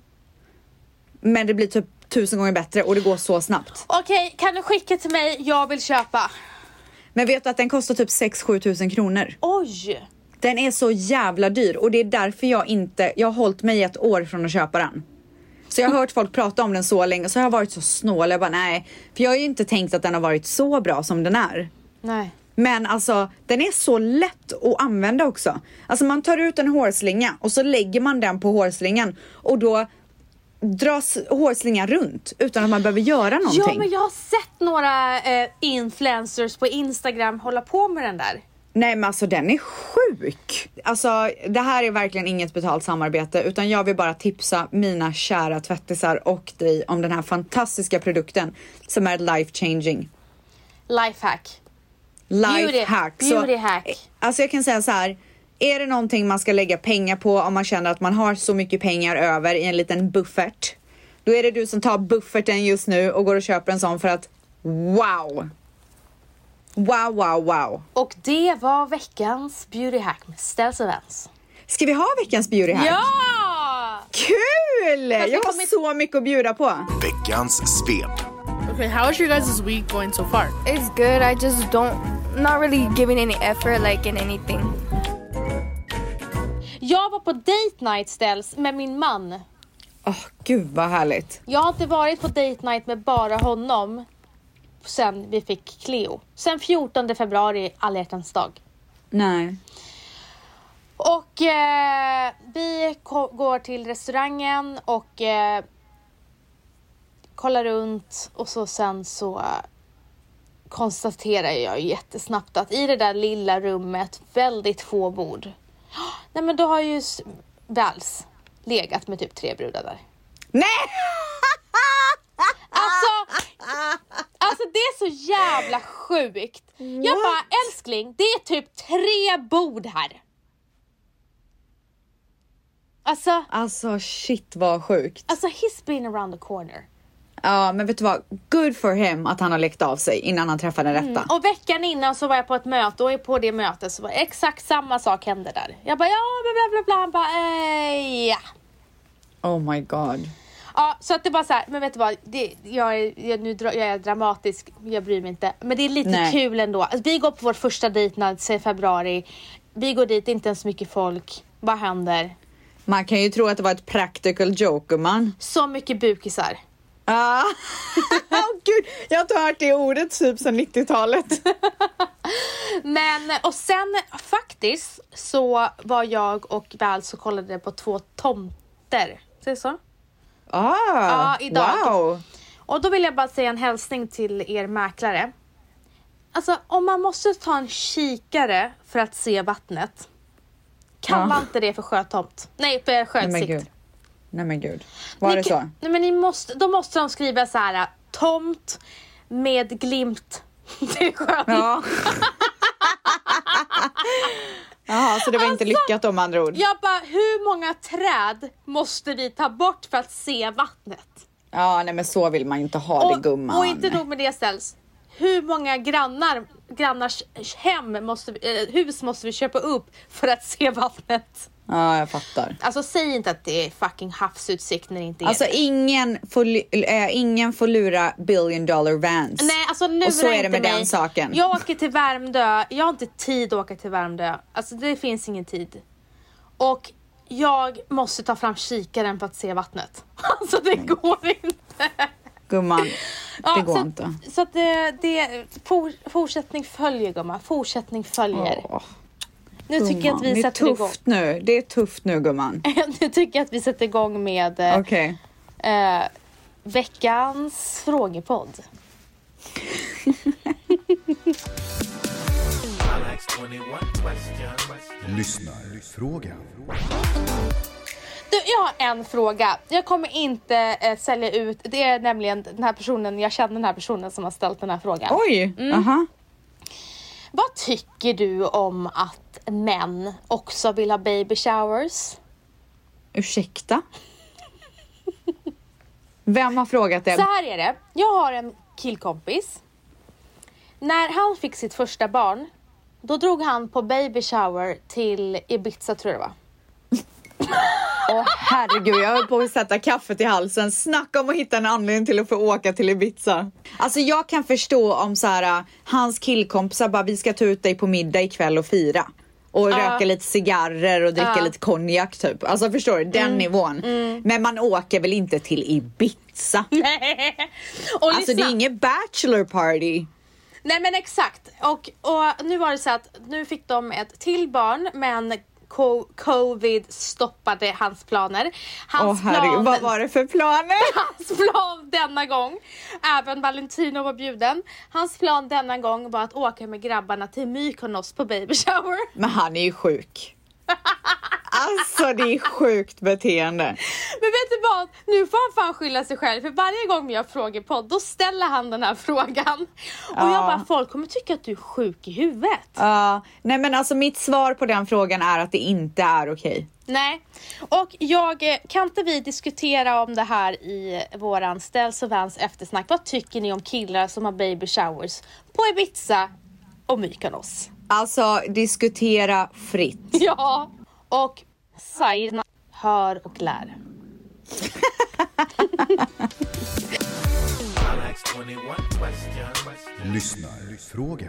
[SPEAKER 1] Men det blir typ 1000 gånger bättre och det går så snabbt.
[SPEAKER 2] Okej, kan du skicka till mig? Jag vill köpa.
[SPEAKER 1] Men vet du att den kostar typ 6-7 000 kronor?
[SPEAKER 2] Oj!
[SPEAKER 1] Den är så jävla dyr och det är därför jag har hållit mig 1 år från att köpa den. Så jag har hört folk prata om den så länge så jag har varit så snål. Jag bara nej, för jag har ju inte tänkt att den har varit så bra som den är.
[SPEAKER 2] Nej.
[SPEAKER 1] Men alltså, den är så lätt att använda också. Alltså man tar ut en hårslinga och så lägger man den på hårslingan och då dras hårslingan runt utan att man behöver göra någonting.
[SPEAKER 2] Ja, men jag har sett några influencers på Instagram hålla på med den där.
[SPEAKER 1] Nej, men alltså den är sjuk. Alltså det här är verkligen inget betalt samarbete utan jag vill bara tipsa mina kära tvättisar och dig om den här fantastiska produkten som är life changing.
[SPEAKER 2] Lifehack.
[SPEAKER 1] Lifehack.
[SPEAKER 2] Beauty hack.
[SPEAKER 1] Alltså jag kan säga så här. Är det någonting man ska lägga pengar på om man känner att man har så mycket pengar över i en liten buffert? Då är det du som tar bufferten just nu och går och köper en sån för att wow. Wow, wow, wow.
[SPEAKER 2] Och det var veckans beauty hack med Ställs Events.
[SPEAKER 1] Ska vi ha veckans beauty hack?
[SPEAKER 2] Ja!
[SPEAKER 1] Kul! Jag har så mycket att bjuda på.
[SPEAKER 3] Veckans svep.
[SPEAKER 4] Okay, how is your guys' week going so far?
[SPEAKER 5] It's good. I just not really giving any effort like in anything.
[SPEAKER 2] Jag var på date night Ställs med min man.
[SPEAKER 1] Gud vad härligt.
[SPEAKER 2] Jag har inte varit på date night med bara honom sen vi fick Cleo. Sen 14 februari, alla hjärtans dag.
[SPEAKER 1] Nej.
[SPEAKER 2] Och vi går till restaurangen och kollar runt. Och sen så konstaterar jag jättesnabbt att i det där lilla rummet, väldigt få bord. Nej, men då har ju Vals legat med typ 3 brudar där.
[SPEAKER 1] Nej!
[SPEAKER 2] Alltså det är så jävla sjukt. Jag bara, älskling, det är typ 3 bord här.
[SPEAKER 1] Alltså shit vad sjukt.
[SPEAKER 2] Alltså he's been around the corner.
[SPEAKER 1] Ja, men vet du vad? Good for him att han har läckt av sig innan han träffade den rätta.
[SPEAKER 2] Och veckan innan så var jag på ett möte och på det mötet så var exakt samma sak hände där. Jag bara, ja, bla bla bla. Han bara, ja.
[SPEAKER 1] Oh my god.
[SPEAKER 2] Ja, så att det bara så här, men vet du vad? Jag är dramatisk, jag bryr mig inte. Men det är lite kul ändå. Alltså, vi går på vår första date night i februari. Vi går dit, inte ens mycket folk. Vad händer?
[SPEAKER 1] Man kan ju tro att det var ett practical joke, man.
[SPEAKER 2] Så mycket bukisar.
[SPEAKER 1] Gud, jag har inte hört det ordet typ sedan 90-talet.
[SPEAKER 2] Men, och sen faktiskt så var jag och Vals och kollade på 2 tomter. Ser du så? Ja, idag.
[SPEAKER 1] Wow.
[SPEAKER 2] Och då vill jag bara säga en hälsning till er mäklare. Alltså, om man måste ta en kikare för att se vattnet, kalla inte det för sjötomt. Nej, för sjösikt.
[SPEAKER 1] Nej men gud. Var det så?
[SPEAKER 2] Nej, men då måste de skriva så här: tomt med glimt till sjön.
[SPEAKER 1] Ja. Jaha, så det var inte lyckat om andra ord.
[SPEAKER 2] Jag bara, hur många träd måste vi ta bort för att se vattnet?
[SPEAKER 1] Ja, nej men så vill man ju inte ha det, gumman.
[SPEAKER 2] Och inte nog med det ställs. Hur många grannars hus måste vi köpa upp för att se vattnet?
[SPEAKER 1] Ja, jag fattar.
[SPEAKER 2] Alltså säg inte att det är fucking havsutsikt när det inte är
[SPEAKER 1] alltså,
[SPEAKER 2] det.
[SPEAKER 1] Ingen får lura $1 billion Vans.
[SPEAKER 2] Nej, alltså lura
[SPEAKER 1] och så är det med
[SPEAKER 2] mig.
[SPEAKER 1] den saken.
[SPEAKER 2] Jag åker till Värmdö. Jag har inte tid att åka till Värmdö. Alltså det finns ingen tid. Och jag måste ta fram kikaren för att se vattnet. Alltså det går inte.
[SPEAKER 1] Gumman, det går inte.
[SPEAKER 2] Så att fortsättning följer, gumman. Fortsättning följer. Nu tycker jag att vi sätter igång.
[SPEAKER 1] Det är tufft nu, gumman.
[SPEAKER 2] Nu tycker jag att vi sätter igång med veckans frågepodd.
[SPEAKER 3] Lyssnarfråga.
[SPEAKER 2] Du, jag har en fråga. Jag kommer inte sälja ut. Det är nämligen den här personen. Jag känner den här personen som har ställt den här frågan.
[SPEAKER 1] Oj, aha.
[SPEAKER 2] Vad tycker du om att män också vill ha baby showers?
[SPEAKER 1] Ursäkta? Vem har frågat det?
[SPEAKER 2] Så här är det. Jag har en killkompis. När han fick sitt första barn, då drog han på baby shower till Ibiza, tror jag det var.
[SPEAKER 1] Herregud, jag höll på att sätta kaffet i halsen. Snacka om att hitta en anledning till att få åka till Ibiza. Alltså jag kan förstå om så här, hans killkompisar bara, vi ska ta ut dig på middag ikväll och fira. Och röka lite cigarrer och dricka lite konjak typ. Alltså förstår du, den nivån. Men man åker väl inte till Ibiza?
[SPEAKER 2] Nej.
[SPEAKER 1] Alltså det är inget bachelor party.
[SPEAKER 2] Nej men exakt. Och nu var det så att nu fick de ett till barn, men covid stoppade hans planer.
[SPEAKER 1] Herregud, vad var det för planer?
[SPEAKER 2] Hans plan denna gång, även Valentino var bjuden. Hans plan denna gång var att åka med grabbarna till Mykonos på baby shower.
[SPEAKER 1] Men han är ju sjuk. Alltså det är sjukt beteende.
[SPEAKER 2] Men vet du vad? Nu får han fan skylla sig själv. För varje gång vi har frågepodd, då ställer han den här frågan. Och jag bara, folk kommer tycka att du är sjuk i huvudet.
[SPEAKER 1] Nej men alltså mitt svar på den frågan är att det inte är okej.
[SPEAKER 2] Nej. Och kan inte vi diskutera om det här i våran Ställs och Vans eftersnack? Vad tycker ni om killar som har baby showers på Ibiza och Mykonos?
[SPEAKER 1] Alltså diskutera fritt.
[SPEAKER 2] Ja. Och Sairna, hör och lär.
[SPEAKER 3] Lyssnarfråga.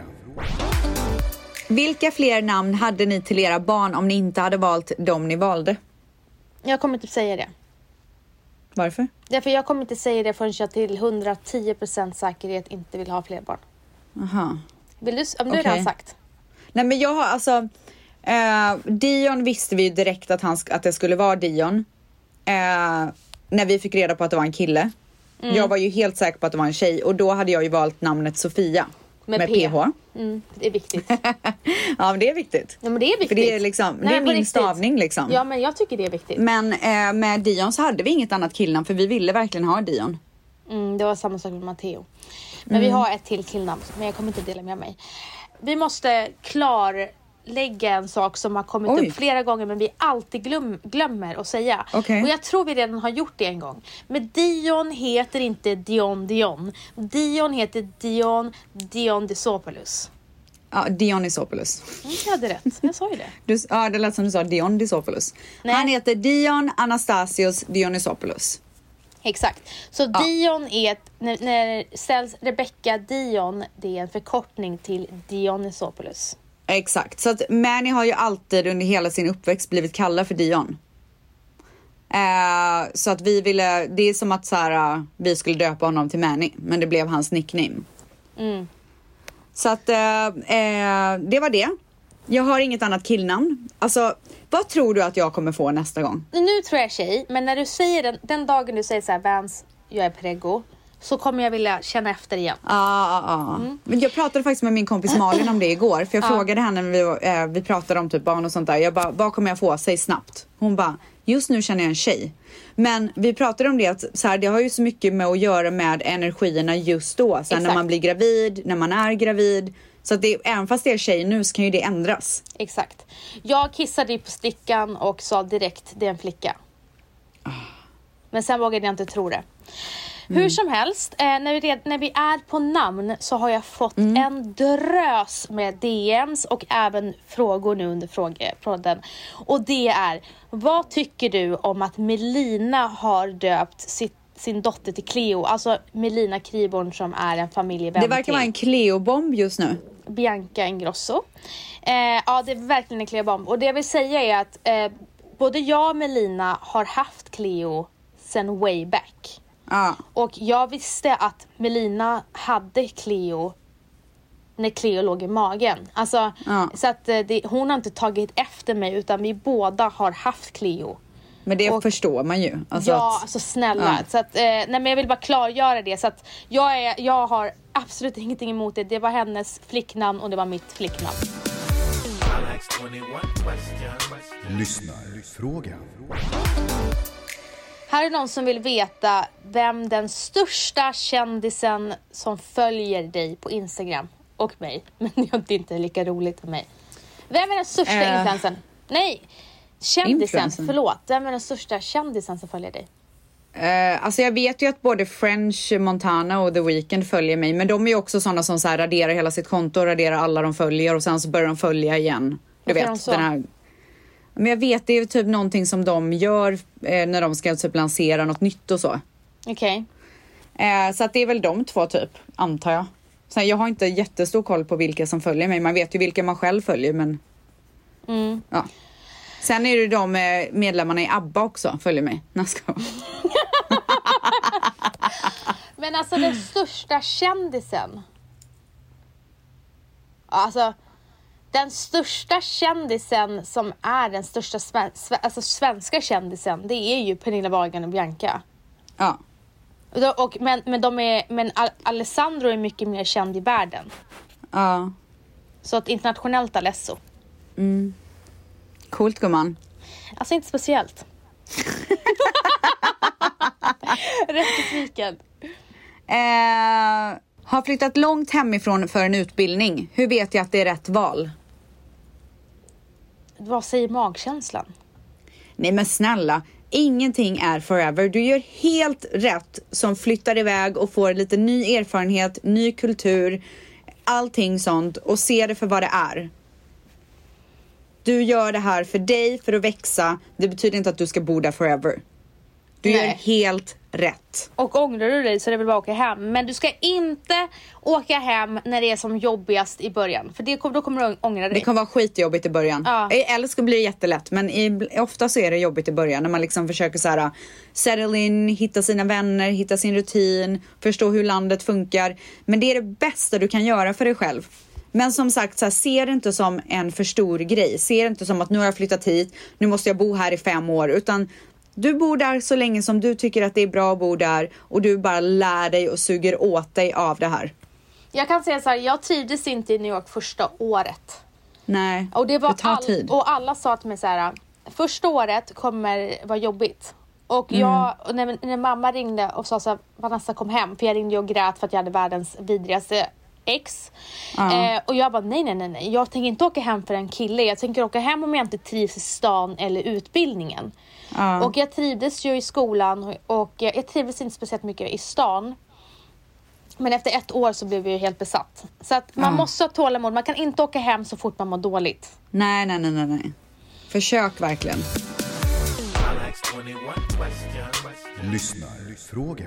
[SPEAKER 1] Vilka fler namn hade ni till era barn om ni inte hade valt dem ni valde?
[SPEAKER 2] Jag kommer inte säga det.
[SPEAKER 1] Varför?
[SPEAKER 2] Därför jag kommer inte säga det förrän jag till 110% säkerhet inte vill ha fler barn.
[SPEAKER 1] Aha.
[SPEAKER 2] Vill du, om du redan sagt?
[SPEAKER 1] Nej men jag har alltså Dion visste vi ju direkt att det skulle vara Dion. När vi fick reda på att det var en kille. Jag var ju helt säker på att det var en tjej. Och då hade jag ju valt namnet Sofia. Med PH.
[SPEAKER 2] Det är viktigt.
[SPEAKER 1] Ja men det är viktigt.
[SPEAKER 2] Ja men det är viktigt.
[SPEAKER 1] För det är liksom, det är min stavning liksom.
[SPEAKER 2] Ja men jag tycker det är viktigt.
[SPEAKER 1] Men med Dion så hade vi inget annat killnamn. För vi ville verkligen ha Dion.
[SPEAKER 2] Det var samma sak med Matteo. Men vi har ett till killnamn. Men jag kommer inte dela med mig. Vi måste klarlägga en sak som har kommit upp flera gånger, men vi alltid glömmer att säga. Och jag tror vi redan har gjort det en gång. Men Dion heter inte Dion. Dion heter Dion Disopoulos.
[SPEAKER 1] Ja, Dionysopoulos.
[SPEAKER 2] Jag hade rätt, jag sa ju det.
[SPEAKER 1] Ja, det lät som du sa Dion Disopoulos.
[SPEAKER 2] Nej.
[SPEAKER 1] Han heter Dion Anastasios Dionysopoulos.
[SPEAKER 2] Exakt. Så Dion är när ställs Rebecca Dion, det är en förkortning till Dionysopoulos.
[SPEAKER 1] Exakt. Så att Manny har ju alltid under hela sin uppväxt blivit kallad för Dion. Så att vi ville, det är som att så här, vi skulle döpa honom till Manny, men det blev hans nickname. Så att det var det. Jag har inget annat killnamn. Alltså, vad tror du att jag kommer få nästa gång?
[SPEAKER 2] Nu tror jag tjej, men när du säger den dagen du säger så här, Vans, jag är preggo, så kommer jag vilja känna efter igen. Men jag pratade faktiskt med min kompis Malin om det igår. För jag frågade henne när vi pratade om typ barn och sånt där. Jag bara, vad kommer jag få? Säg snabbt. Hon bara,
[SPEAKER 1] just nu känner jag en tjej. Men vi pratade om det att så här, det har ju så mycket med att göra med energierna just då. Så här, när man blir gravid, när man är gravid. Så att det, även fast det är tjej nu så kan ju det ändras.
[SPEAKER 2] Exakt. Jag kissade på stickan och sa direkt, det är en flicka. Men sen vågade jag inte tro det. Hur som helst, när vi är på namn så har jag fått en drös med DMs och även frågor nu under frågeprodden. Och det är, vad tycker du om att Melina har döpt sin dotter till Cleo? Alltså Melina Kriborn som är en familjevän.
[SPEAKER 1] Det verkar vara en Cleo-bomb just nu.
[SPEAKER 2] Bianca Ingrosso. Ja, det är verkligen en Cleo-bomb. Och det jag vill säga är att både jag och Melina har haft Cleo sen way back. Och jag visste att Melina hade Cleo när Cleo låg i magen. Alltså, så att hon har inte tagit efter mig utan vi båda har haft Cleo.
[SPEAKER 1] Men det förstår man ju. Alltså
[SPEAKER 2] alltså snälla. Så att, nej, men jag vill bara klargöra det. Så att jag har absolut ingenting emot det. Det var hennes flicknamn och det var mitt flicknamn.
[SPEAKER 3] Lyssnarfråga.
[SPEAKER 2] Här är någon som vill veta vem den största kändisen som följer dig på Instagram och mig. Men det är inte lika roligt för mig. Vem är den största influensen? Nej, kändisen, förlåt. Vem är den största kändisen som följer dig?
[SPEAKER 1] Alltså jag vet ju att både French Montana och The Weeknd följer mig. Men de är ju också sådana som så här raderar hela sitt konto, raderar alla de följer och sen så börjar de följa igen. Du vet, den här... Men jag vet, det är ju typ någonting som de gör när de ska typ lansera något nytt och så.
[SPEAKER 2] Okej.
[SPEAKER 1] Så att det är väl de två typ, antar jag. Så jag har inte jättestor koll på vilka som följer mig. Man vet ju vilka man själv följer, men... Ja. Sen är det de medlemmarna i ABBA också följer mig.
[SPEAKER 2] Men alltså den största kändisen. Alltså... Den största kändisen som är den största svenska kändisen, det är ju Pernilla Wahlgren och Bianca.
[SPEAKER 1] Ja.
[SPEAKER 2] Men Alessandro är mycket mer känd i världen.
[SPEAKER 1] Ja.
[SPEAKER 2] Så att internationellt Alesso.
[SPEAKER 1] Coolt, gumman.
[SPEAKER 2] Alltså inte speciellt. Rätt besviken.
[SPEAKER 1] Har flyttat långt hemifrån för en utbildning. Hur vet jag att det är rätt val?
[SPEAKER 2] Vad säger magkänslan?
[SPEAKER 1] Nej men snälla, ingenting är forever. Du gör helt rätt som flyttar iväg och får lite ny erfarenhet, ny kultur, allting sånt och ser det för vad det är. Du gör det här för dig, för att växa. Det betyder inte att du ska bo där forever. Du gör helt rätt.
[SPEAKER 2] Och ångrar du dig så är det väl bara att åka hem. Men du ska inte åka hem när det är som jobbigast i början. För då kommer du ångra dig.
[SPEAKER 1] Det kan vara skitjobbigt i början.
[SPEAKER 2] Ja.
[SPEAKER 1] Eller så blir det jättelätt. Men ofta så är det jobbigt i början. När man liksom försöker så här, settle in, hitta sina vänner, hitta sin rutin, förstå hur landet funkar. Men det är det bästa du kan göra för dig själv. Men som sagt, så här, se det inte som en för stor grej. Se det inte som att nu har jag flyttat hit, nu måste jag bo här i 5 år. Utan du bor där så länge som du tycker att det är bra att bo där. Och du bara lär dig och suger åt dig av det här.
[SPEAKER 2] Jag kan säga så här, jag trivdes inte i New York första året.
[SPEAKER 1] Nej,
[SPEAKER 2] och det
[SPEAKER 1] tar tid.
[SPEAKER 2] Och alla sa till mig så här, första året kommer vara jobbigt. Och när mamma ringde och sa så här, Vanessa kom hem. För jag ringde och grät för att jag hade världens vidrigaste ex. Och jag bara nej. Jag tänker inte åka hem för en kille. Jag tänker åka hem om jag inte trivs i stan eller utbildningen. Och jag trivdes ju i skolan. Och jag trivdes inte speciellt mycket i stan. Men efter 1 år så blev jag ju helt besatt. Så att man måste ha tålamod. Man kan inte åka hem så fort man mår dåligt.
[SPEAKER 1] Nej. Försök verkligen.
[SPEAKER 3] Lyssnarfråga.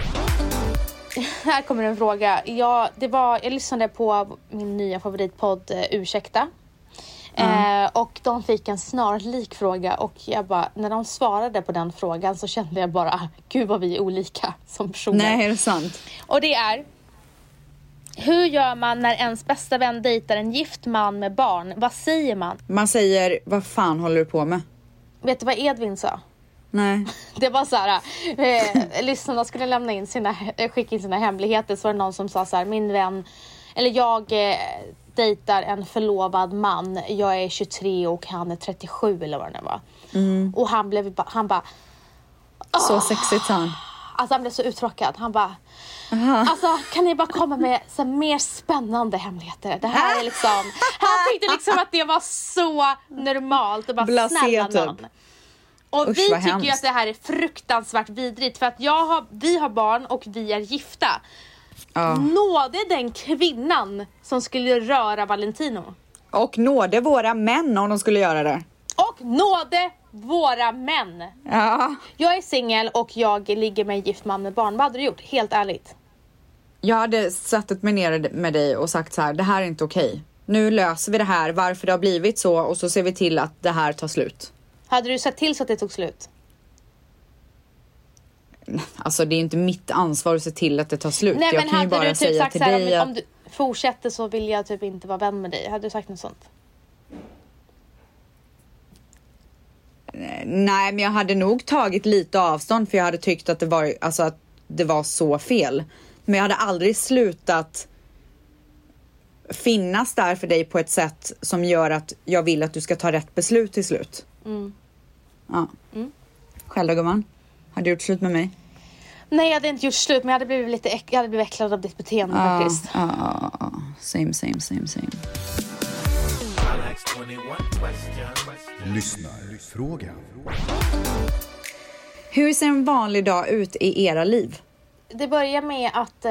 [SPEAKER 2] Här kommer en fråga. Jag lyssnade på min nya favoritpodd Ursäkta. Och de fick en snarlik fråga. Och jag bara, när de svarade på den frågan så kände jag bara, gud vad vi är olika som personer.
[SPEAKER 1] Nej, är det sant?
[SPEAKER 2] Och det är, hur gör man när ens bästa vän dejtar en gift man med barn? Vad säger man?
[SPEAKER 1] Man säger, vad fan håller du på med?
[SPEAKER 2] Vet du vad Edvin sa?
[SPEAKER 1] Nej.
[SPEAKER 2] Det var så här, lyssnarna skulle skicka in sina hemligheter. Så var det någon som sa så här, min vän, eller jag dejtar en förlovad man. Jag är 23 och han är 37 eller vad det var. Och han bara
[SPEAKER 1] så sexigt han.
[SPEAKER 2] Alltså han blev så uttråkad. Han bara alltså kan ni bara komma med så mer spännande hemligheter. Det här är liksom han tyckte liksom att det var så normalt och bara
[SPEAKER 1] blasé,
[SPEAKER 2] snälla
[SPEAKER 1] typ.
[SPEAKER 2] någon. Och
[SPEAKER 1] Usch,
[SPEAKER 2] vi
[SPEAKER 1] vad
[SPEAKER 2] tycker ju
[SPEAKER 1] hemskt.
[SPEAKER 2] att det här är fruktansvärt vidrigt. För att vi har barn och vi är gifta. Nådde den kvinnan som skulle röra Valentino.
[SPEAKER 1] Och nådde våra män om de skulle göra det.
[SPEAKER 2] Och nådde våra män.
[SPEAKER 1] Ja.
[SPEAKER 2] Jag är singel och jag ligger med en gift man med barn. Vad hade du gjort? Helt ärligt.
[SPEAKER 1] Jag hade satt mig ner med dig och sagt så här: det här är inte okej. Nu löser vi det här, varför det har blivit så, och så ser vi till att det här tar slut.
[SPEAKER 2] Hade du sett till så att det tog slut?
[SPEAKER 1] Alltså det är inte mitt ansvar att se till att det tar slut.
[SPEAKER 2] Nej,
[SPEAKER 1] jag
[SPEAKER 2] men
[SPEAKER 1] kan ju
[SPEAKER 2] hade
[SPEAKER 1] bara
[SPEAKER 2] du typ
[SPEAKER 1] säga
[SPEAKER 2] sagt
[SPEAKER 1] till
[SPEAKER 2] så här,
[SPEAKER 1] dig
[SPEAKER 2] om du fortsätter så vill jag typ inte vara vän med dig. Hade du sagt något sånt?
[SPEAKER 1] Nej, men jag hade nog tagit lite avstånd, för jag hade tyckt att det var så fel. Men jag hade aldrig slutat finnas där för dig på ett sätt som gör att jag vill att du ska ta rätt beslut till slut. Ja. Själv då, gumman? Har du gjort slut med mig?
[SPEAKER 2] Nej, jag hade inte gjort slut, men jag hade blivit äcklad av ditt beteende faktiskt.
[SPEAKER 1] Same.
[SPEAKER 3] Lyssnarfrågan.
[SPEAKER 1] Hur ser en vanlig dag ut i era liv?
[SPEAKER 2] Det börjar med att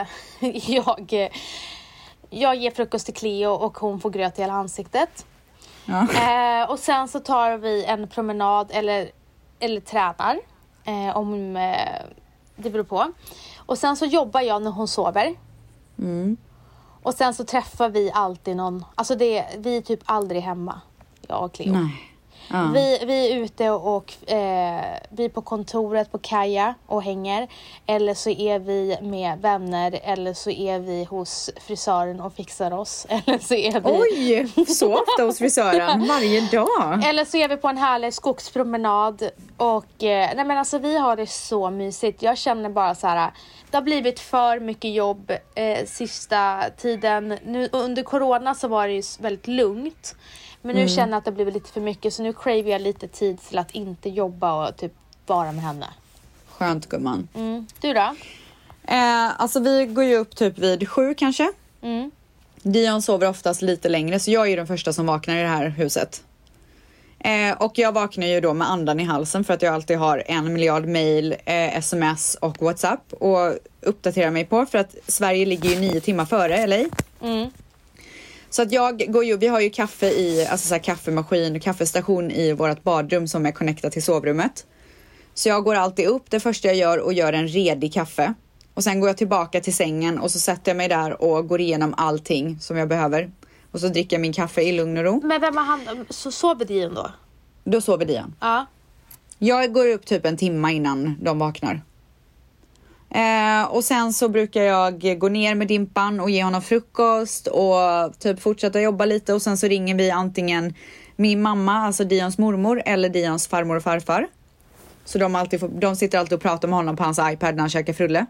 [SPEAKER 2] jag ger frukost till Cleo och hon får gröt i hela ansiktet.
[SPEAKER 1] Ja.
[SPEAKER 2] Och sen så tar vi en promenad eller tränar. Om det beror på. Och sen så jobbar jag när hon sover. Och sen så träffar vi alltid någon. Alltså vi är typ aldrig hemma. Jag och Cleo.
[SPEAKER 1] Nej.
[SPEAKER 2] Vi är ute och vi är på kontoret på Kaja och hänger. Eller så är vi med vänner. Eller så är vi hos frisören och fixar oss. Eller så är vi...
[SPEAKER 1] Oj, så ofta hos frisören varje dag.
[SPEAKER 2] Eller så är vi på en härlig skogspromenad. Och nej men alltså vi har det så mysigt. Jag känner bara så här. Det har blivit för mycket jobb sista tiden. Nu, under corona så var det ju väldigt lugnt. Men nu känner jag att det blivit lite för mycket. Så nu craver jag lite tid till att inte jobba och typ vara med henne.
[SPEAKER 1] Skönt, gumman.
[SPEAKER 2] Du då?
[SPEAKER 1] Alltså vi går ju upp typ vid 7 kanske. Dion sover oftast lite längre, så jag är ju den första som vaknar i det här huset. Och jag vaknar ju då med andan i halsen för att jag alltid har 1 miljard mail, sms och WhatsApp och uppdaterar mig på, för att Sverige ligger ju 9 timmar före LA. Så att vi har ju kaffe i, alltså så här kaffemaskin och kaffestation i vårt badrum som är connectat till sovrummet. Så jag går alltid upp, det första jag gör, och gör en redig kaffe. Och sen går jag tillbaka till sängen och så sätter jag mig där och går igenom allting som jag behöver. Och så dricker jag min kaffe i lugn och ro.
[SPEAKER 2] Men vem har han, så sover Dion då?
[SPEAKER 1] Då sover Dion.
[SPEAKER 2] Ja.
[SPEAKER 1] Jag går upp typ en timme innan de vaknar. Och sen så brukar jag gå ner med Dimpan och ge honom frukost och typ fortsätta jobba lite. Och sen så ringer vi antingen min mamma, alltså Dions mormor, eller Dions farmor och farfar. Så de sitter alltid och pratar med honom på hans iPad när han käkar frulle.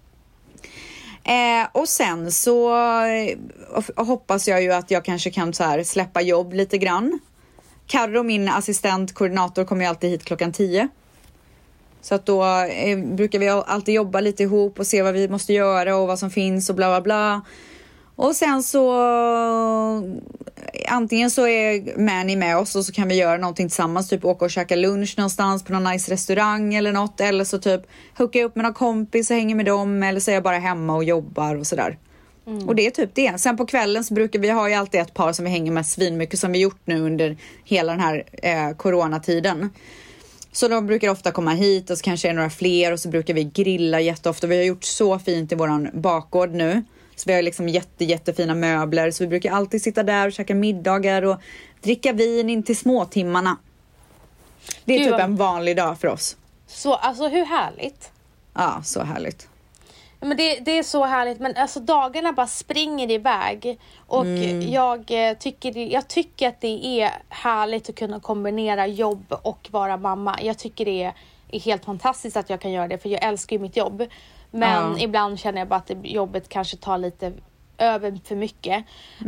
[SPEAKER 1] Och sen så hoppas jag ju att jag kanske kan så här släppa jobb lite grann. Karro, min assistent, koordinator, kommer ju alltid hit 10:00. Så att då brukar vi alltid jobba lite ihop och se vad vi måste göra och vad som finns och bla bla bla. Och sen så antingen så är Manny med oss och så kan vi göra någonting tillsammans, typ åka och käka lunch någonstans på någon nice restaurang eller något, eller så typ hooka upp med någon kompis och hänga med dem, eller så är jag bara hemma och jobbar och sådär. Och det är typ det. Sen på kvällen så brukar vi ha ju alltid ett par som vi hänger med svinmycket, som vi gjort nu under hela den här coronatiden. Så de brukar ofta komma hit och så kanske är några fler, och så brukar vi grilla jätteofta. Vi har gjort så fint i våran bakgård nu. Så vi har liksom jättefina möbler. Så vi brukar alltid sitta där och käka middagar och dricka vin in till småtimmarna. Det är typ en vanlig dag för oss.
[SPEAKER 2] Så, alltså hur härligt?
[SPEAKER 1] Ja, så härligt.
[SPEAKER 2] Men det är så härligt, men alltså dagarna bara springer iväg. Och jag tycker att det är härligt att kunna kombinera jobb och vara mamma. Jag tycker det är helt fantastiskt att jag kan göra det, för jag älskar ju mitt jobb. Men ibland känner jag bara att jobbet kanske tar lite över för mycket.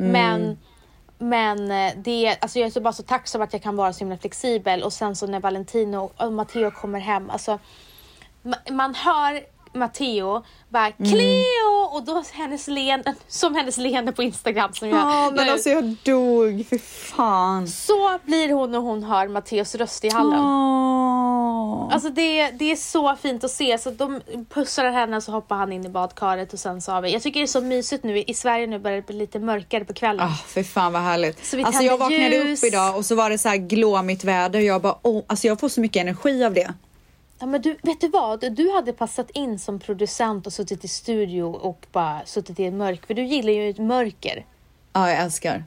[SPEAKER 2] Men det, alltså jag är bara så tacksam att jag kan vara så himla flexibel. Och sen så när Valentino och Matteo kommer hem, alltså man hör Matteo bara Cleo, och då hennes leende på Instagram som jag
[SPEAKER 1] men alltså jag dog, för fan.
[SPEAKER 2] Så blir hon när hon hör Matteos röst i hallen. Alltså det är så fint att se. Så de pussar henne, så hoppar han in i badkaret och sen så har vi. Jag tycker det är så mysigt nu i Sverige, nu börjar det bli lite mörkare på kvällen.
[SPEAKER 1] För fan vad härligt.
[SPEAKER 2] Så
[SPEAKER 1] alltså jag vaknade
[SPEAKER 2] ljus.
[SPEAKER 1] upp idag och så var det så här glåmigt väder. Jag bara, alltså jag får så mycket energi av det.
[SPEAKER 2] Ja, men vet du vad? Du hade passat in som producent och suttit i studio och bara suttit i ett mörker. För du gillar ju ett mörker.
[SPEAKER 1] Ja, jag älskar.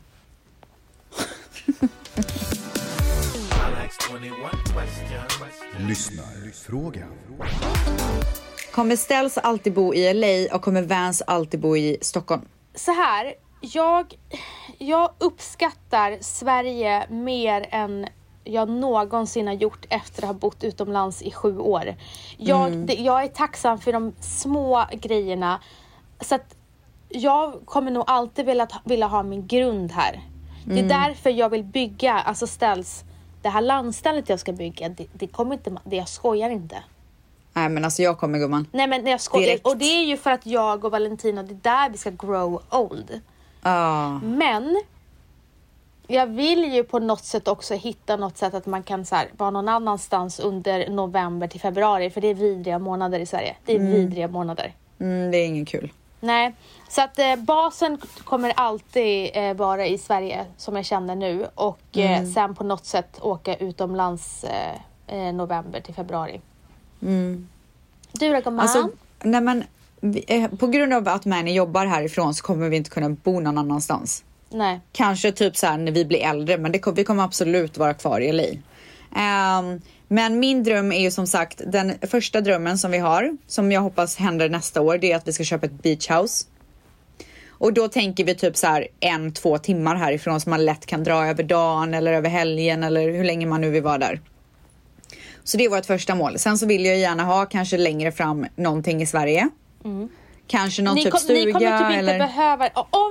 [SPEAKER 3] Lyssnarfrågan.
[SPEAKER 1] Kommer Ställs alltid bo i LA och kommer Vans alltid bo i Stockholm?
[SPEAKER 2] Så här, jag uppskattar Sverige mer än jag någonsin har gjort efter att ha bott utomlands i 7 år. Jag är tacksam för de små grejerna. Så att jag kommer nog alltid vilja ha min grund här. Det är därför jag vill bygga, alltså Ställs, det här landstället jag ska bygga, det kommer inte, det jag skojar inte.
[SPEAKER 1] Nej men alltså jag kommer, gumman.
[SPEAKER 2] Nej men jag skojar.
[SPEAKER 1] Direkt.
[SPEAKER 2] Och det är ju för att jag och Valentino, det är där vi ska grow old. Men jag vill ju på något sätt också hitta något sätt att man kan så här, vara någon annanstans under november till februari. För det är vidriga månader i Sverige. Det är vidriga månader.
[SPEAKER 1] Det är ingen kul.
[SPEAKER 2] Nej, så att basen kommer alltid vara i Sverige som jag känner nu. Och sen på något sätt åka utomlands november till februari. Du då, gumman?
[SPEAKER 1] Alltså, nej men på grund av att Manny jobbar härifrån så kommer vi inte kunna bo någon annanstans.
[SPEAKER 2] Nej.
[SPEAKER 1] Kanske typ så här när vi blir äldre, men vi kommer absolut vara kvar i LA. Men min dröm är ju som sagt, den första drömmen som vi har, som jag hoppas händer nästa år, det är att vi ska köpa ett beach house. Och då tänker vi typ så här 1-2 timmar härifrån, så man lätt kan dra över dagen eller över helgen eller hur länge man nu vill vara där. Så det var ett första mål. Sen så vill jag gärna ha kanske längre fram någonting i Sverige. Kanske någon typ stuga.
[SPEAKER 2] Ni kommer typ
[SPEAKER 1] eller...
[SPEAKER 2] inte behöva,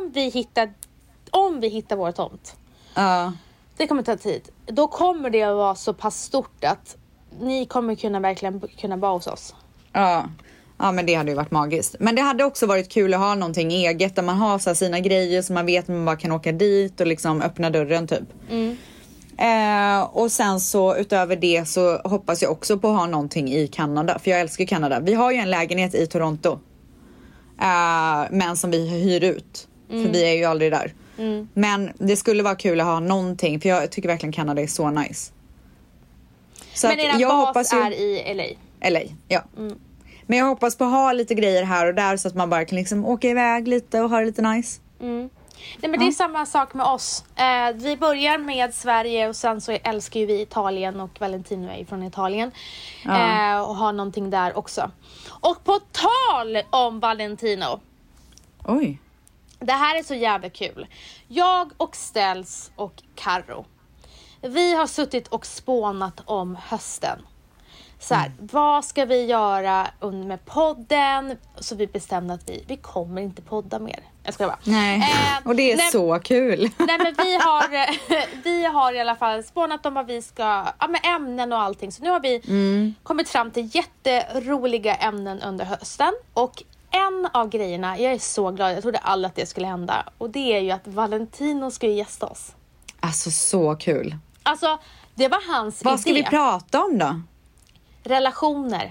[SPEAKER 2] om vi hittar vår tomt. Det kommer ta tid. Då kommer det att vara så pass stort att ni kommer verkligen kunna vara hos oss.
[SPEAKER 1] Ja, men det hade ju varit magiskt. Men det hade också varit kul att ha någonting eget där man har så här sina grejer så man vet att man bara kan åka dit och liksom öppna dörren typ. Och sen så utöver det så hoppas jag också på att ha någonting i Kanada. För jag älskar Kanada. Vi har ju en lägenhet i Toronto. Men som vi hyr ut. För vi är ju aldrig där. Men det skulle vara kul att ha någonting. För jag tycker verkligen Kanada är så nice. Så
[SPEAKER 2] men era bas är i LA?
[SPEAKER 1] LA, ja. Men jag hoppas på att ha lite grejer här och där. Så att man bara kan liksom åka iväg lite och ha det lite nice.
[SPEAKER 2] Nej, men det är samma sak med oss. Vi börjar med Sverige och sen så älskar ju vi Italien och Valentino är från Italien. Och har någonting där också. Och på tal om Valentino.
[SPEAKER 1] Oj.
[SPEAKER 2] Det här är så jävla kul. Jag och Ställs och Karo. Vi har suttit och spånat om hösten. Så här, vad ska vi göra med podden? Så vi bestämde att vi kommer inte podda mer. Jag ska bara.
[SPEAKER 1] Nej, och det är så kul.
[SPEAKER 2] Nej, men vi har i alla fall spånat om vad vi ska, med ämnen och allting. Så nu har vi kommit fram till jätteroliga ämnen under hösten. Och en av grejerna, jag är så glad, jag trodde aldrig att det skulle hända. Och det är ju att Valentino ska gästa oss.
[SPEAKER 1] Alltså så kul.
[SPEAKER 2] Alltså, det var hans idé.
[SPEAKER 1] Vad ska vi prata om då?
[SPEAKER 2] Relationer.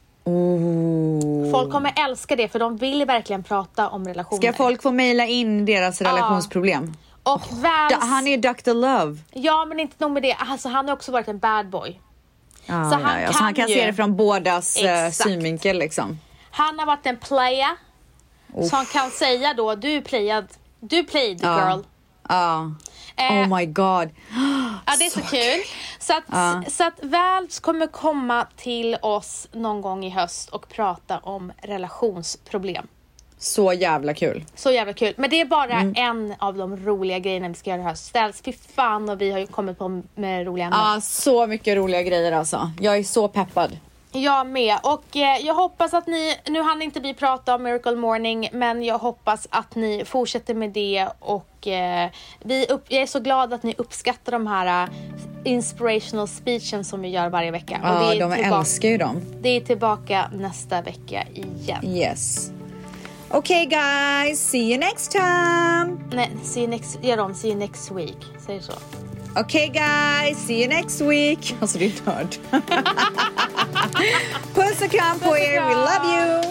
[SPEAKER 2] Folk kommer älska det för de vill verkligen prata om relationer.
[SPEAKER 1] Ska folk få mejla in deras relationsproblem?
[SPEAKER 2] Och
[SPEAKER 1] han är Dr. Love.
[SPEAKER 2] Ja, men inte nog med det. Alltså, han har också varit en bad boy.
[SPEAKER 1] Så han kan se det från bådas synvinkel liksom.
[SPEAKER 2] Han har varit en player. Så han kan säga då, du played girl.
[SPEAKER 1] Oh my god.
[SPEAKER 2] Ja, det är så kul. Så att Vals kommer komma till oss någon gång i höst och prata om relationsproblem.
[SPEAKER 1] Så jävla kul.
[SPEAKER 2] Så jävla kul. Men det är bara en av de roliga grejerna vi ska göra i höst. Ställs, fy fan, och vi har ju kommit på med roliga ämnen.
[SPEAKER 1] Så mycket roliga grejer alltså. Jag är så peppad.
[SPEAKER 2] Jag med. Och jag hoppas att ni, nu hann inte vi prata om Miracle Morning, men jag hoppas att ni fortsätter med det. Och jag är så glad att ni uppskattar de här inspirational speechen som vi gör varje vecka.
[SPEAKER 1] Ja,
[SPEAKER 2] och det är
[SPEAKER 1] de älskar ju dem.
[SPEAKER 2] Det är tillbaka nästa vecka igen.
[SPEAKER 1] Yes. Okay guys, see you next time.
[SPEAKER 2] Nej, see you next week. Säger så.
[SPEAKER 1] Okay guys, see you next week. Alltså det är nörd. Puss och kram på er, we love you.